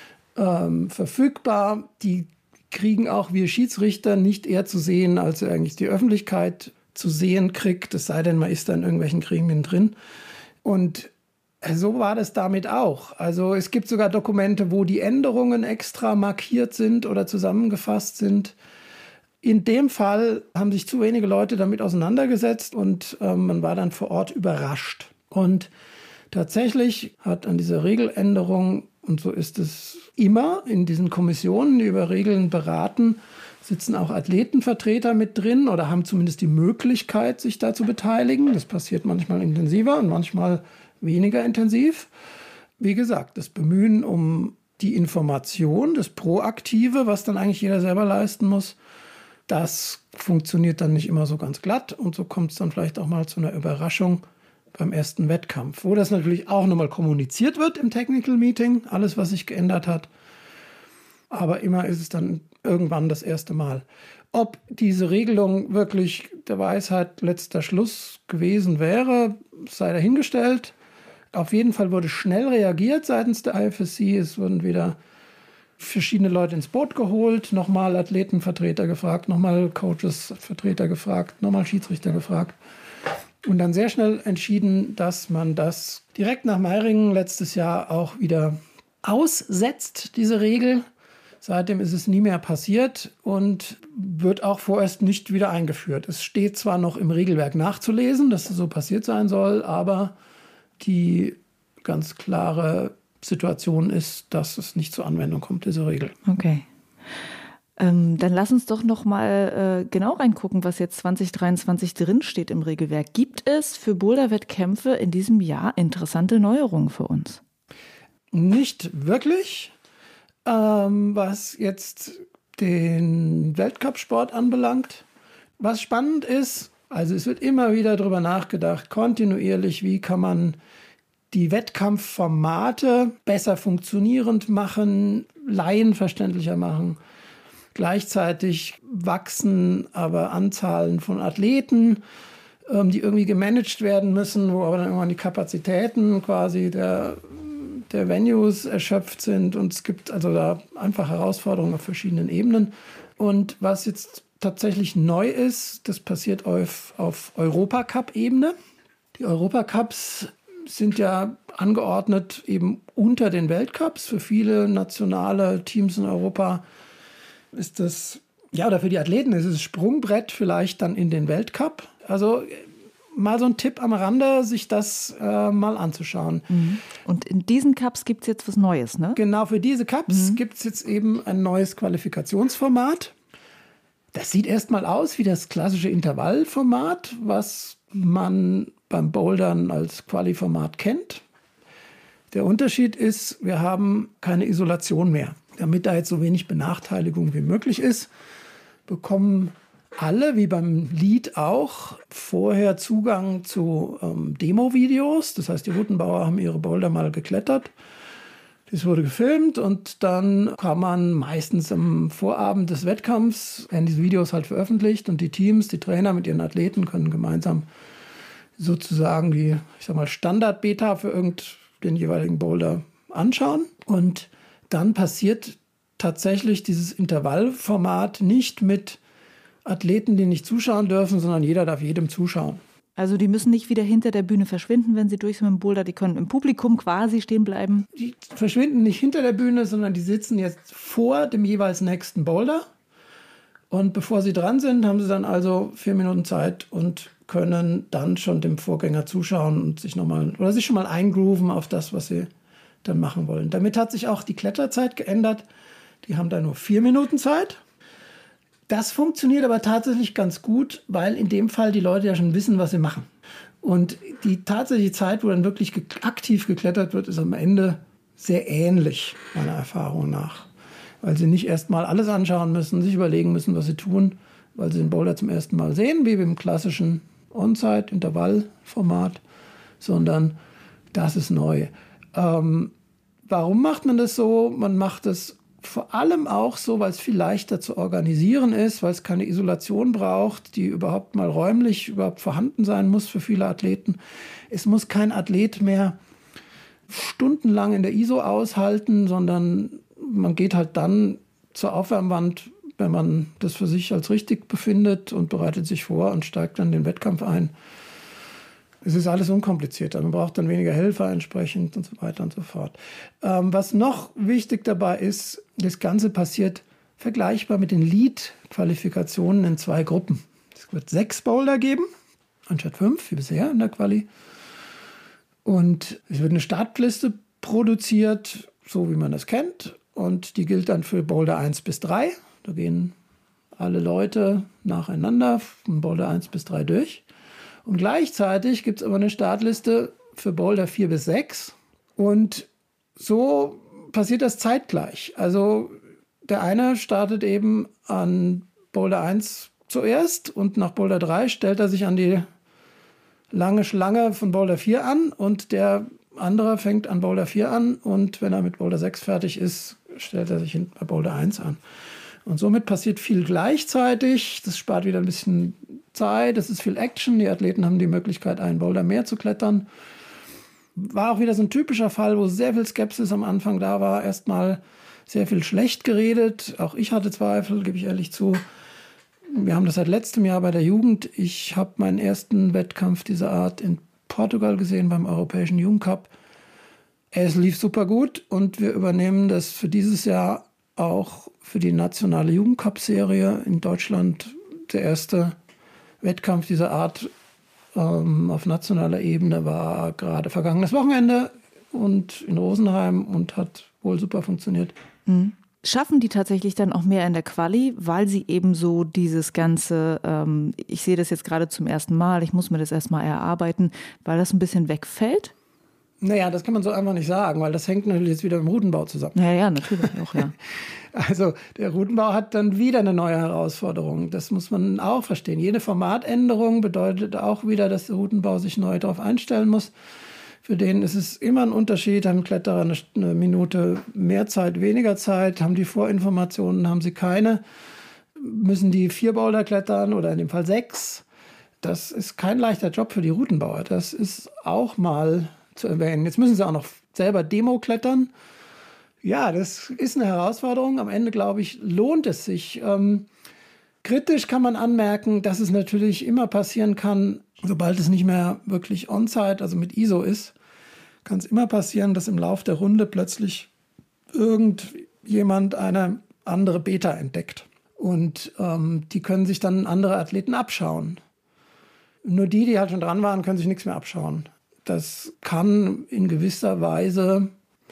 verfügbar. Die kriegen auch wir Schiedsrichter nicht eher zu sehen, als eigentlich die Öffentlichkeit zu sehen kriegt, es sei denn, man ist da in irgendwelchen Gremien drin. Und so war das damit auch. Also es gibt sogar Dokumente, wo die Änderungen extra markiert sind oder zusammengefasst sind. In dem Fall haben sich zu wenige Leute damit auseinandergesetzt und man war dann vor Ort überrascht. Und tatsächlich hat an dieser Regeländerung, und so ist es immer in diesen Kommissionen, die über Regeln beraten, sitzen auch Athletenvertreter mit drin oder haben zumindest die Möglichkeit, sich da zu beteiligen. Das passiert manchmal intensiver und manchmal weniger intensiv. Wie gesagt, das Bemühen um die Information, das Proaktive, was dann eigentlich jeder selber leisten muss, das funktioniert dann nicht immer so ganz glatt. Und so kommt es dann vielleicht auch mal zu einer Überraschung beim ersten Wettkampf, wo das natürlich auch nochmal kommuniziert wird im Technical Meeting, alles, was sich geändert hat. Aber immer ist es dann irgendwann das erste Mal. Ob diese Regelung wirklich der Weisheit letzter Schluss gewesen wäre, sei dahingestellt. Auf jeden Fall wurde schnell reagiert seitens der IFSC. Es wurden wieder verschiedene Leute ins Boot geholt, nochmal Athletenvertreter gefragt, nochmal Coaches-Vertreter gefragt, nochmal Schiedsrichter gefragt. Und dann sehr schnell entschieden, dass man das direkt nach Meiringen letztes Jahr auch wieder aussetzt, diese Regel. Seitdem ist es nie mehr passiert und wird auch vorerst nicht wieder eingeführt. Es steht zwar noch im Regelwerk nachzulesen, dass es so passiert sein soll, aber die ganz klare Situation ist, dass es nicht zur Anwendung kommt, diese Regel. Okay. Dann lass uns doch noch mal genau reingucken, was jetzt 2023 drinsteht im Regelwerk. Gibt es für Boulderwettkämpfe in diesem Jahr interessante Neuerungen für uns? Nicht wirklich. Was jetzt den Weltcup-Sport anbelangt. Was spannend ist, also es wird immer wieder darüber nachgedacht, kontinuierlich, wie kann man die Wettkampfformate besser funktionierend machen, laienverständlicher machen. Gleichzeitig wachsen aber Anzahlen von Athleten, die irgendwie gemanagt werden müssen, wo aber dann irgendwann die Kapazitäten quasi der Venues erschöpft sind. Und es gibt also da einfach Herausforderungen auf verschiedenen Ebenen. Und was jetzt tatsächlich neu ist, das passiert auf Europacup-Ebene. Die Europacups sind ja angeordnet eben unter den Weltcups. Für viele nationale Teams in Europa ist das, ja, oder für die Athleten ist es Sprungbrett vielleicht dann in den Weltcup. Also mal so ein Tipp am Rande, sich das mal anzuschauen. Und in diesen Cups gibt es jetzt was Neues, ne? Genau, für diese Cups gibt es jetzt eben ein neues Qualifikationsformat. Das sieht erstmal aus wie das klassische Intervallformat, was man beim Bouldern als Quali-Format kennt. Der Unterschied ist, wir haben keine Isolation mehr. Damit da jetzt so wenig Benachteiligung wie möglich ist, bekommen alle, wie beim Lied auch, vorher Zugang zu Demo-Videos. Das heißt, die Routenbauer haben ihre Boulder mal geklettert. Das wurde gefilmt und dann kann man meistens am Vorabend des Wettkampfs, werden diese Videos halt veröffentlicht und die Teams, die Trainer mit ihren Athleten können gemeinsam sozusagen die, ich sag mal, Standard-Beta für den jeweiligen Boulder anschauen. Und dann passiert tatsächlich dieses Intervallformat nicht mit Athleten, die nicht zuschauen dürfen, sondern jeder darf jedem zuschauen. Also die müssen nicht wieder hinter der Bühne verschwinden, wenn sie durch sind mit dem Boulder. Die können im Publikum quasi stehen bleiben. Die verschwinden nicht hinter der Bühne, sondern die sitzen jetzt vor dem jeweils nächsten Boulder. Und bevor sie dran sind, haben sie dann also 4 Minuten Zeit und können dann schon dem Vorgänger zuschauen und sich schon mal eingrooven auf das, was sie dann machen wollen. Damit hat sich auch die Kletterzeit geändert. Die haben da nur 4 Minuten Zeit. Das funktioniert aber tatsächlich ganz gut, weil in dem Fall die Leute ja schon wissen, was sie machen. Und die tatsächliche Zeit, wo dann wirklich aktiv geklettert wird, ist am Ende sehr ähnlich, meiner Erfahrung nach. Weil sie nicht erst mal alles anschauen müssen, sich überlegen müssen, was sie tun, weil sie den Boulder zum ersten Mal sehen, wie beim klassischen On-Site-Intervallformat, sondern das ist neu. Warum macht man das so? Man macht es vor allem auch so, weil es viel leichter zu organisieren ist, weil es keine Isolation braucht, die überhaupt mal räumlich überhaupt vorhanden sein muss für viele Athleten. Es muss kein Athlet mehr stundenlang in der ISO aushalten, sondern man geht halt dann zur Aufwärmwand, wenn man das für sich als richtig befindet und bereitet sich vor und steigt dann den Wettkampf ein. Es ist alles unkomplizierter. Man braucht dann weniger Helfer entsprechend und so weiter und so fort. Was noch wichtig dabei ist, das Ganze passiert vergleichbar mit den Lead-Qualifikationen in 2 Gruppen. Es wird 6 Boulder geben, anstatt 5, wie bisher in der Quali. Und es wird eine Startliste produziert, so wie man das kennt. Und die gilt dann für Boulder 1 bis 3. Da gehen alle Leute nacheinander von Boulder 1 bis 3 durch. Und gleichzeitig gibt es aber eine Startliste für Boulder 4 bis 6. Und so passiert das zeitgleich. Also der eine startet eben an Boulder 1 zuerst und nach Boulder 3 stellt er sich an die lange Schlange von Boulder 4 an und der andere fängt an Boulder 4 an und wenn er mit Boulder 6 fertig ist, stellt er sich hinten bei Boulder 1 an. Und somit passiert viel gleichzeitig. Das spart wieder ein bisschen Zeit, das ist viel Action. Die Athleten haben die Möglichkeit, einen Boulder mehr zu klettern. War auch wieder so ein typischer Fall, wo sehr viel Skepsis am Anfang da war. Erstmal sehr viel schlecht geredet. Auch ich hatte Zweifel, gebe ich ehrlich zu. Wir haben das seit letztem Jahr bei der Jugend. Ich habe meinen ersten Wettkampf dieser Art in Portugal gesehen beim Europäischen Jugendcup. Es lief super gut und wir übernehmen das für dieses Jahr auch für die nationale Jugendcup-Serie in Deutschland. Der erste Wettkampf dieser Art auf nationaler Ebene war gerade vergangenes Wochenende und in Rosenheim und hat wohl super funktioniert. Mhm. Schaffen die tatsächlich dann auch mehr in der Quali, weil sie eben so dieses ganze, ich sehe das jetzt gerade zum ersten Mal, ich muss mir das erstmal erarbeiten, weil das ein bisschen wegfällt? Naja, das kann man so einfach nicht sagen, weil das hängt natürlich jetzt wieder mit dem Routenbau zusammen. Ja, natürlich auch, ja. Also der Routenbau hat dann wieder eine neue Herausforderung. Das muss man auch verstehen. Jede Formatänderung bedeutet auch wieder, dass der Routenbau sich neu darauf einstellen muss. Für den ist es immer ein Unterschied. Haben Kletterer eine Minute mehr Zeit, weniger Zeit? Haben die Vorinformationen, haben sie keine? Müssen die 4 Boulder klettern oder in dem Fall 6? Das ist kein leichter Job für die Routenbauer. Das ist auch mal zu erwähnen. Jetzt müssen sie auch noch selber Demo klettern. Ja, das ist eine Herausforderung. Am Ende, glaube ich, lohnt es sich. Kritisch kann man anmerken, dass es natürlich immer passieren kann, sobald es nicht mehr wirklich On-Site, also mit ISO ist, kann es immer passieren, dass im Lauf der Runde plötzlich irgendjemand eine andere Beta entdeckt. Und die können sich dann andere Athleten abschauen. Nur die halt schon dran waren, können sich nichts mehr abschauen. Das kann in gewisser Weise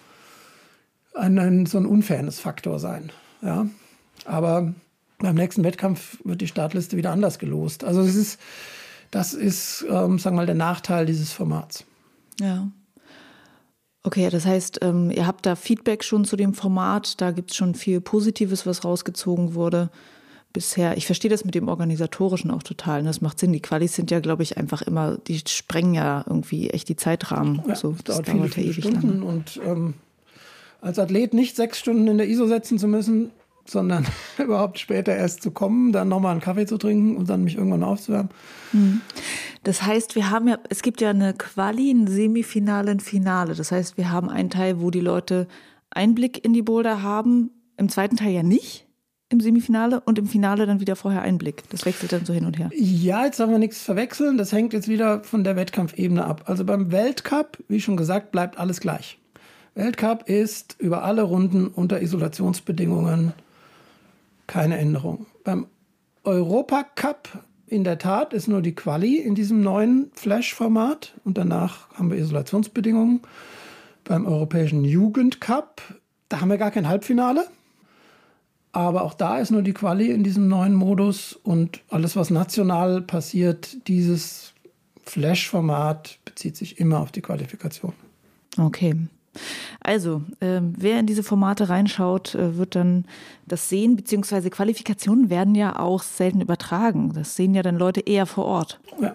so ein Unfairness-Faktor sein. Ja? Aber beim nächsten Wettkampf wird die Startliste wieder anders gelost. Also das ist sagen wir mal, der Nachteil dieses Formats. Ja. Okay, das heißt, ihr habt da Feedback schon zu dem Format. Da gibt es schon viel Positives, was rausgezogen wurde. bisher. Ich verstehe das mit dem Organisatorischen auch total. Das macht Sinn. Die Qualis sind ja, glaube ich, einfach immer, die sprengen ja irgendwie echt die Zeitrahmen. Ja, so, das dauert viele ewig Stunden. lange. Und als Athlet nicht 6 Stunden in der ISO setzen zu müssen, sondern überhaupt später erst zu kommen, dann nochmal einen Kaffee zu trinken und dann mich irgendwann aufzuwärmen. Das heißt, es gibt ja eine Quali, ein Semifinale, ein Finale. Das heißt, wir haben einen Teil, wo die Leute Einblick in die Boulder haben, im zweiten Teil ja nicht, im Semifinale, und im Finale dann wieder vorher Einblick. Das wechselt dann so hin und her. Ja, jetzt haben wir nichts verwechseln. Das hängt jetzt wieder von der Wettkampfebene ab. Also beim Weltcup, wie schon gesagt, bleibt alles gleich. Weltcup ist über alle Runden unter Isolationsbedingungen keine Änderung. Beim Europacup in der Tat ist nur die Quali in diesem neuen Flash-Format und danach haben wir Isolationsbedingungen. Beim Europäischen Jugendcup, da haben wir gar kein Halbfinale, aber auch da ist nur die Quali in diesem neuen Modus und alles, was national passiert, dieses Flash-Format bezieht sich immer auf die Qualifikation. Okay. Also, wer in diese Formate reinschaut, wird dann das sehen, beziehungsweise Qualifikationen werden ja auch selten übertragen. Das sehen ja dann Leute eher vor Ort. Ja.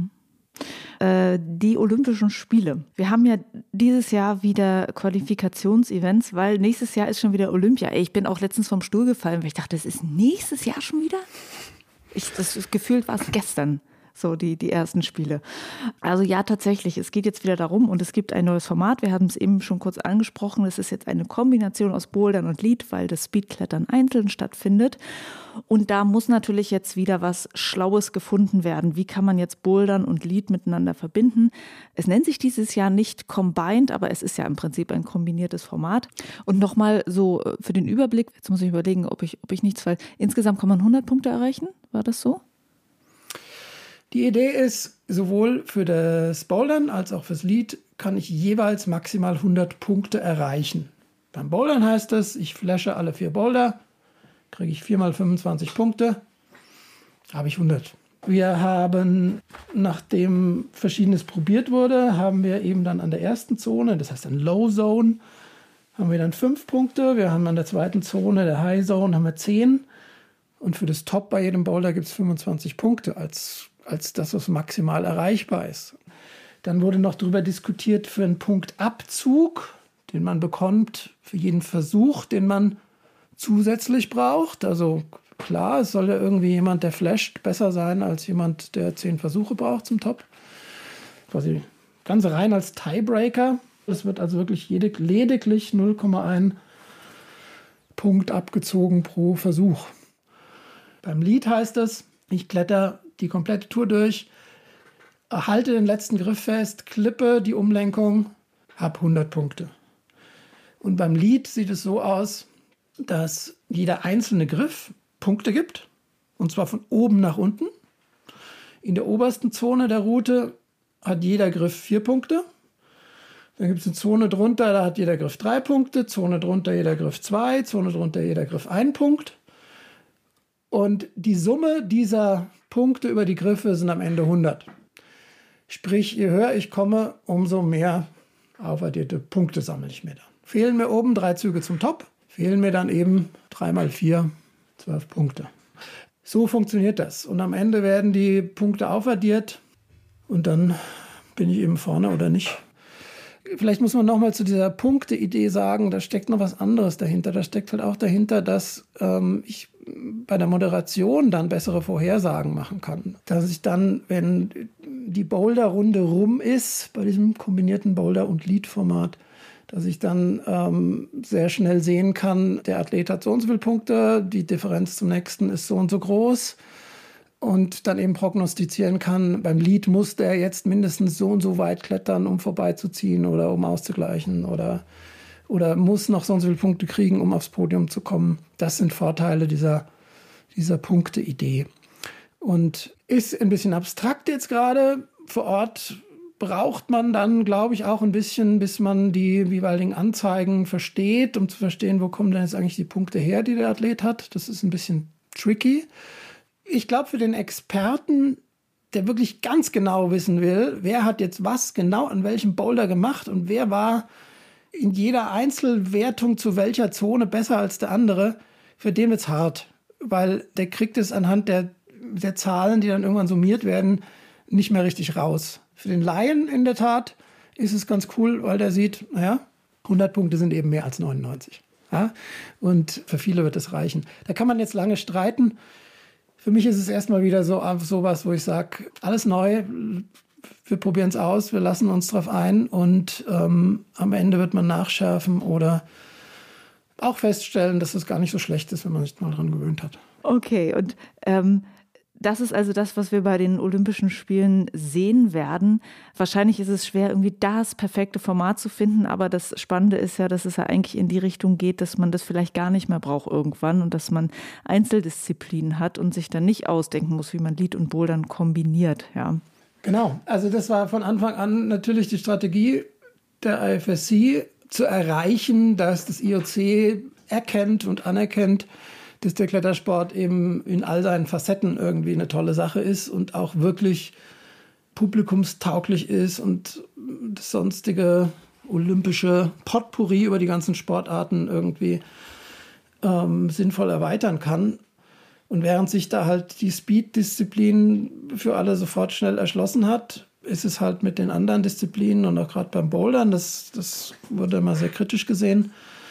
Die Olympischen Spiele. Wir haben ja dieses Jahr wieder Qualifikationsevents, weil nächstes Jahr ist schon wieder Olympia. Ich bin auch letztens vom Stuhl gefallen, weil ich dachte, das ist nächstes Jahr schon wieder? Das gefühlt war es gestern. So die ersten Spiele. Also ja, tatsächlich, es geht jetzt wieder darum und es gibt ein neues Format. Wir haben es eben schon kurz angesprochen. Es ist jetzt eine Kombination aus Bouldern und Lead, weil das Speedklettern einzeln stattfindet. Und da muss natürlich jetzt wieder was Schlaues gefunden werden. Wie kann man jetzt Bouldern und Lead miteinander verbinden? Es nennt sich dieses Jahr nicht Combined, aber es ist ja im Prinzip ein kombiniertes Format. Und nochmal so für den Überblick, jetzt muss ich überlegen, ob ich nichts weiß. Insgesamt kann man 100 Punkte erreichen, war das so? Die Idee ist, sowohl für das Bouldern als auch fürs Lead kann ich jeweils maximal 100 Punkte erreichen. Beim Bouldern heißt es, ich flashe alle 4 Boulder, kriege ich 4 mal 25 Punkte, habe ich 100. Wir haben, nachdem Verschiedenes probiert wurde, haben wir eben dann an der ersten Zone, das heißt an Low Zone, haben wir dann 5 Punkte. Wir haben an der zweiten Zone, der High Zone, haben wir 10. Und für das Top bei jedem Boulder gibt es 25 Punkte als das, was maximal erreichbar ist. Dann wurde noch darüber diskutiert für einen Punktabzug, den man bekommt für jeden Versuch, den man zusätzlich braucht. Also klar, es soll ja irgendwie jemand, der flasht, besser sein als jemand, der 10 Versuche braucht zum Top. Quasi ganz rein als Tiebreaker. Es wird also wirklich lediglich 0,1 Punkt abgezogen pro Versuch. Beim Lead heißt es, ich kletter die komplette Tour durch, halte den letzten Griff fest, klippe die Umlenkung, habe 100 Punkte. Und beim Lead sieht es so aus, dass jeder einzelne Griff Punkte gibt, und zwar von oben nach unten. In der obersten Zone der Route hat jeder Griff 4 Punkte. Dann gibt es eine Zone drunter, da hat jeder Griff 3 Punkte, Zone drunter jeder Griff 2, Zone drunter jeder Griff 1 Punkt. Und die Summe dieser Punkte über die Griffe sind am Ende 100. Sprich, je höher ich komme, umso mehr aufaddierte Punkte sammle ich mir dann. Fehlen mir oben 3 Züge zum Top, fehlen mir dann eben 3 mal 4, 12 Punkte. So funktioniert das. Und am Ende werden die Punkte aufaddiert und dann bin ich eben vorne oder nicht. Vielleicht muss man noch mal zu dieser Punkte-Idee sagen, da steckt noch was anderes dahinter. Da steckt halt auch dahinter, dass ich bei der Moderation dann bessere Vorhersagen machen kann. Dass ich dann, wenn die Boulder-Runde rum ist, bei diesem kombinierten Boulder- und Lead-Format, dass ich dann sehr schnell sehen kann, der Athlet hat so und so viele Punkte, die Differenz zum nächsten ist so und so groß. Und dann eben prognostizieren kann, beim Lead muss der jetzt mindestens so und so weit klettern, um vorbeizuziehen oder um auszugleichen oder muss noch so und so viele Punkte kriegen, um aufs Podium zu kommen. Das sind Vorteile dieser Punkte-Idee. Und ist ein bisschen abstrakt jetzt gerade. Vor Ort braucht man dann, glaube ich, auch ein bisschen, bis man die jeweiligen Anzeigen versteht, um zu verstehen, wo kommen denn jetzt eigentlich die Punkte her, die der Athlet hat. Das ist ein bisschen tricky. Ich glaube, für den Experten, der wirklich ganz genau wissen will, wer hat jetzt was genau an welchem Boulder gemacht und wer war in jeder Einzelwertung zu welcher Zone besser als der andere, für den wird's hart. weil der kriegt es anhand der Zahlen, die dann irgendwann summiert werden, nicht mehr richtig raus. Für den Laien in der Tat ist es ganz cool, weil der sieht, 100 Punkte sind eben mehr als 99. Ja? Und für viele wird es reichen. Da kann man jetzt lange streiten. Für mich ist es erstmal wieder so was, wo ich sage, alles neu, wir probieren es aus, wir lassen uns drauf ein und am Ende wird man nachschärfen oder auch feststellen, dass es gar nicht so schlecht ist, wenn man sich mal dran gewöhnt hat. Okay, und das ist also das, was wir bei den Olympischen Spielen sehen werden. Wahrscheinlich ist es schwer, irgendwie das perfekte Format zu finden, aber das Spannende ist ja, dass es ja eigentlich in die Richtung geht, dass man das vielleicht gar nicht mehr braucht irgendwann und dass man Einzeldisziplinen hat und sich dann nicht ausdenken muss, wie man Lead und Bouldern kombiniert. Ja. Genau, also das war von Anfang an natürlich die Strategie der IFSC, zu erreichen, dass das IOC erkennt und anerkennt, dass der Klettersport eben in all seinen Facetten irgendwie eine tolle Sache ist und auch wirklich publikumstauglich ist und das sonstige olympische Potpourri über die ganzen Sportarten irgendwie sinnvoll erweitern kann. Und während sich da halt die Speed-Disziplin für alle sofort schnell erschlossen hat, ist es halt mit den anderen Disziplinen und auch gerade beim Bouldern, das wurde immer sehr kritisch gesehen,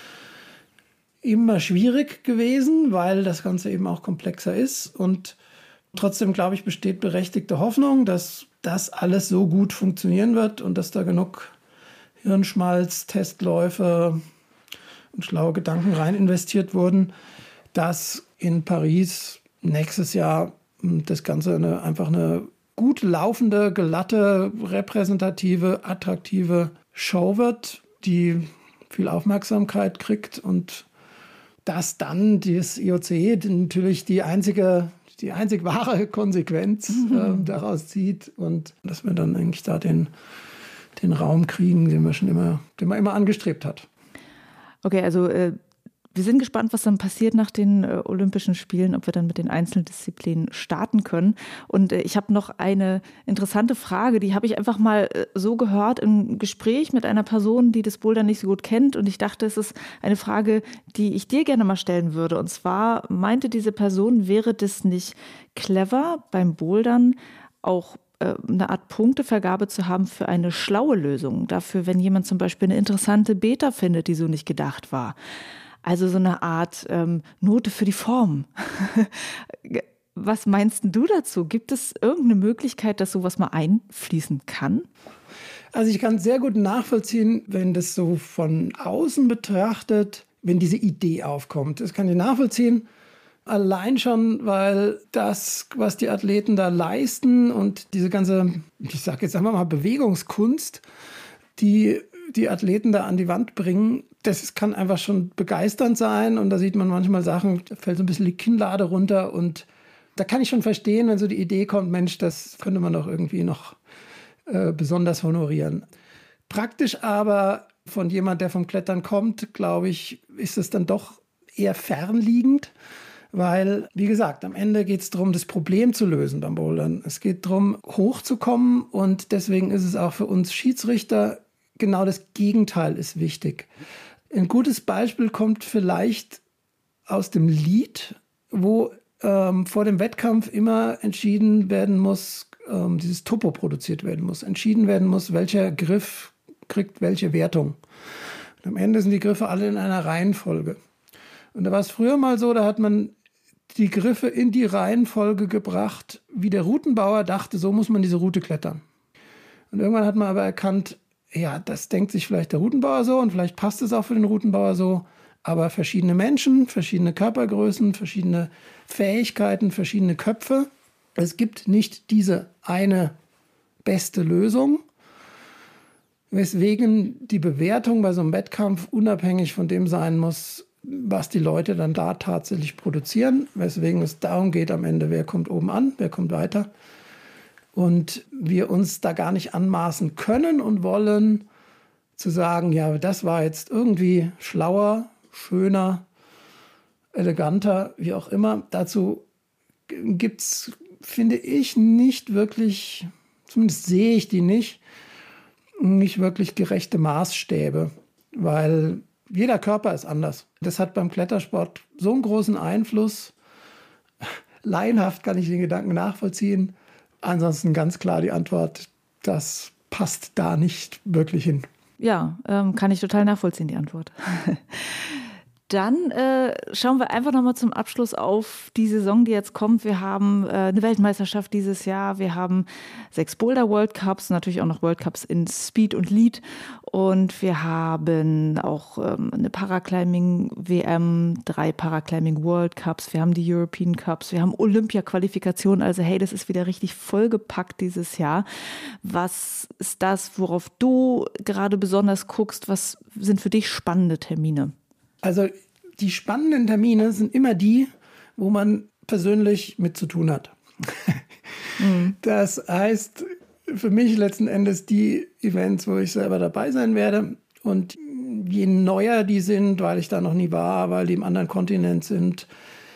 immer schwierig gewesen, weil das Ganze eben auch komplexer ist. Und trotzdem, glaube ich, besteht berechtigte Hoffnung, dass das alles so gut funktionieren wird und dass da genug Hirnschmalz, Testläufe und schlaue Gedanken rein investiert wurden, dass in Paris nächstes Jahr das Ganze einfach eine gut laufende, glatte, repräsentative, attraktive Show wird, die viel Aufmerksamkeit kriegt und dass dann das IOC natürlich die einzig wahre Konsequenz daraus zieht und dass wir dann eigentlich da den Raum kriegen, den man immer angestrebt hat. Okay, also wir sind gespannt, was dann passiert nach den Olympischen Spielen, ob wir dann mit den Einzeldisziplinen starten können. Und ich habe noch eine interessante Frage, die habe ich einfach mal so gehört im Gespräch mit einer Person, die das Bouldern nicht so gut kennt. Und ich dachte, es ist eine Frage, die ich dir gerne mal stellen würde. Und zwar meinte diese Person, wäre das nicht clever beim Bouldern auch eine Art Punktevergabe zu haben für eine schlaue Lösung. Dafür, wenn jemand zum Beispiel eine interessante Beta findet, die so nicht gedacht war. Also so eine Art Note für die Form. Was meinst du dazu? Gibt es irgendeine Möglichkeit, dass sowas mal einfließen kann? Also ich kann sehr gut nachvollziehen, wenn das so von außen betrachtet, wenn diese Idee aufkommt. Das kann ich nachvollziehen. Allein schon, weil das, was die Athleten da leisten und diese ganze, ich sage jetzt einfach mal Bewegungskunst, die Athleten da an die Wand bringen, das kann einfach schon begeisternd sein. Und da sieht man manchmal Sachen, da fällt so ein bisschen die Kinnlade runter. Und da kann ich schon verstehen, wenn so die Idee kommt, Mensch, das könnte man doch irgendwie noch besonders honorieren. Praktisch aber von jemand, der vom Klettern kommt, glaube ich, ist es dann doch eher fernliegend. Weil, wie gesagt, am Ende geht es darum, das Problem zu lösen beim Bouldern. Es geht darum, hochzukommen. Und deswegen ist es auch für uns Schiedsrichter genau das Gegenteil ist wichtig. Ein gutes Beispiel kommt vielleicht aus dem Lead, wo vor dem Wettkampf immer entschieden werden muss, dieses Topo produziert werden muss, entschieden werden muss, welcher Griff kriegt welche Wertung. Und am Ende sind die Griffe alle in einer Reihenfolge. Und da war es früher mal so, da hat man die Griffe in die Reihenfolge gebracht, wie der Routenbauer dachte, so muss man diese Route klettern. Und irgendwann hat man aber erkannt, ja, das denkt sich vielleicht der Routenbauer so und vielleicht passt es auch für den Routenbauer so, aber verschiedene Menschen, verschiedene Körpergrößen, verschiedene Fähigkeiten, verschiedene Köpfe. Es gibt nicht diese eine beste Lösung, weswegen die Bewertung bei so einem Wettkampf unabhängig von dem sein muss, was die Leute dann da tatsächlich produzieren, weswegen es darum geht am Ende, wer kommt oben an, wer kommt weiter. Und wir uns da gar nicht anmaßen können und wollen, zu sagen, ja, das war jetzt irgendwie schlauer, schöner, eleganter, wie auch immer. Dazu gibt es, finde ich, nicht wirklich, zumindest sehe ich die nicht wirklich gerechte Maßstäbe, weil jeder Körper ist anders. Das hat beim Klettersport so einen großen Einfluss laienhaft kann ich den Gedanken nachvollziehen. Ansonsten ganz klar die Antwort, das passt da nicht wirklich hin. Ja, kann ich total nachvollziehen, die Antwort. Dann schauen wir einfach nochmal zum Abschluss auf die Saison, die jetzt kommt. Wir haben eine Weltmeisterschaft dieses Jahr. Wir haben 6 Boulder World Cups, natürlich auch noch World Cups in Speed und Lead. Und wir haben auch eine Paraclimbing-WM, 3 Paraclimbing World Cups. Wir haben die European Cups. Wir haben Olympia-Qualifikationen. Also hey, das ist wieder richtig vollgepackt dieses Jahr. Was ist das, worauf du gerade besonders guckst? Was sind für dich spannende Termine? Also die spannenden Termine sind immer die, wo man persönlich mit zu tun hat. Das heißt für mich letzten Endes die Events, wo ich selber dabei sein werde. Und je neuer die sind, weil ich da noch nie war, weil die im anderen Kontinent sind,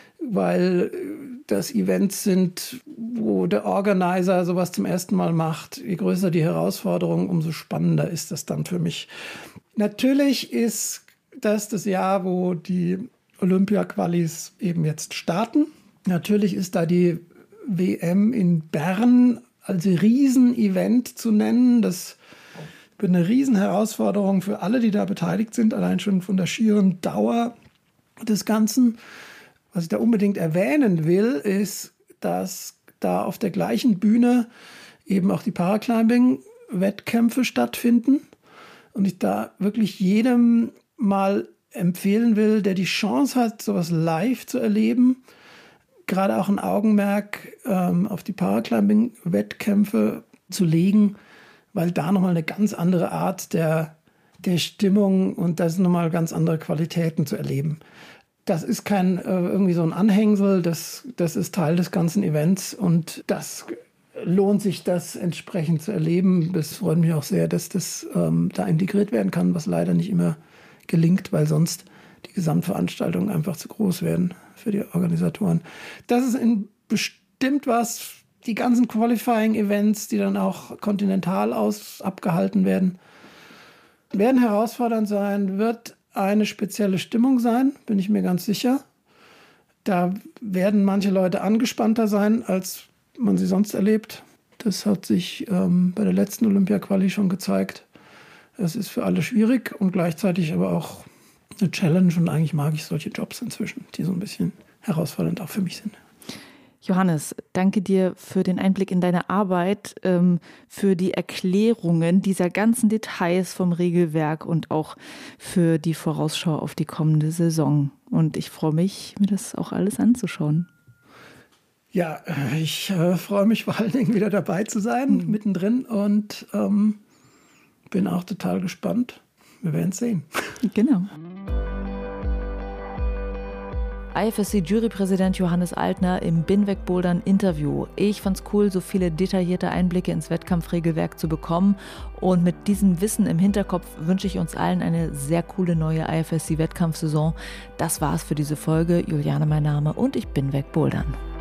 weil das Events sind, wo der Organizer sowas zum ersten Mal macht, je größer die Herausforderung, umso spannender ist das dann für mich. Natürlich ist das Jahr, wo die Olympia-Qualis eben jetzt starten. Natürlich ist da die WM in Bern als Riesenevent zu nennen. Das wird eine Riesenherausforderung für alle, die da beteiligt sind, allein schon von der schieren Dauer des Ganzen. Was ich da unbedingt erwähnen will, ist, dass da auf der gleichen Bühne eben auch die Paraclimbing-Wettkämpfe stattfinden. Und ich da wirklich jedem mal empfehlen will, der die Chance hat, sowas live zu erleben, gerade auch ein Augenmerk auf die Paraclimbing-Wettkämpfe zu legen, weil da nochmal eine ganz andere Art der Stimmung und da sind nochmal ganz andere Qualitäten zu erleben. Das ist kein irgendwie so ein Anhängsel, das ist Teil des ganzen Events und das lohnt sich, das entsprechend zu erleben. Es freut mich auch sehr, dass das da integriert werden kann, was leider nicht immer gelingt, weil sonst die Gesamtveranstaltungen einfach zu groß werden für die Organisatoren. Das ist bestimmt was, die ganzen Qualifying-Events, die dann auch kontinental abgehalten werden herausfordernd sein, wird eine spezielle Stimmung sein, bin ich mir ganz sicher. Da werden manche Leute angespannter sein, als man sie sonst erlebt. Das hat sich bei der letzten Olympia-Quali schon gezeigt. Es ist für alle schwierig und gleichzeitig aber auch eine Challenge. Und eigentlich mag ich solche Jobs inzwischen, die so ein bisschen herausfordernd auch für mich sind. Johannes, danke dir für den Einblick in deine Arbeit, für die Erklärungen dieser ganzen Details vom Regelwerk und auch für die Vorausschau auf die kommende Saison. Und ich freue mich, mir das auch alles anzuschauen. Ja, ich freue mich vor allen Dingen wieder dabei zu sein, mittendrin und bin auch total gespannt. Wir werden es sehen. Genau. IFSC-Jurypräsident Johannes Altner im Binweg-Bouldern-Interview. Ich fand's cool, so viele detaillierte Einblicke ins Wettkampfregelwerk zu bekommen. Und mit diesem Wissen im Hinterkopf wünsche ich uns allen eine sehr coole neue IFSC-Wettkampfsaison. Das war's für diese Folge. Juliane mein Name und ich bin weg Bouldern.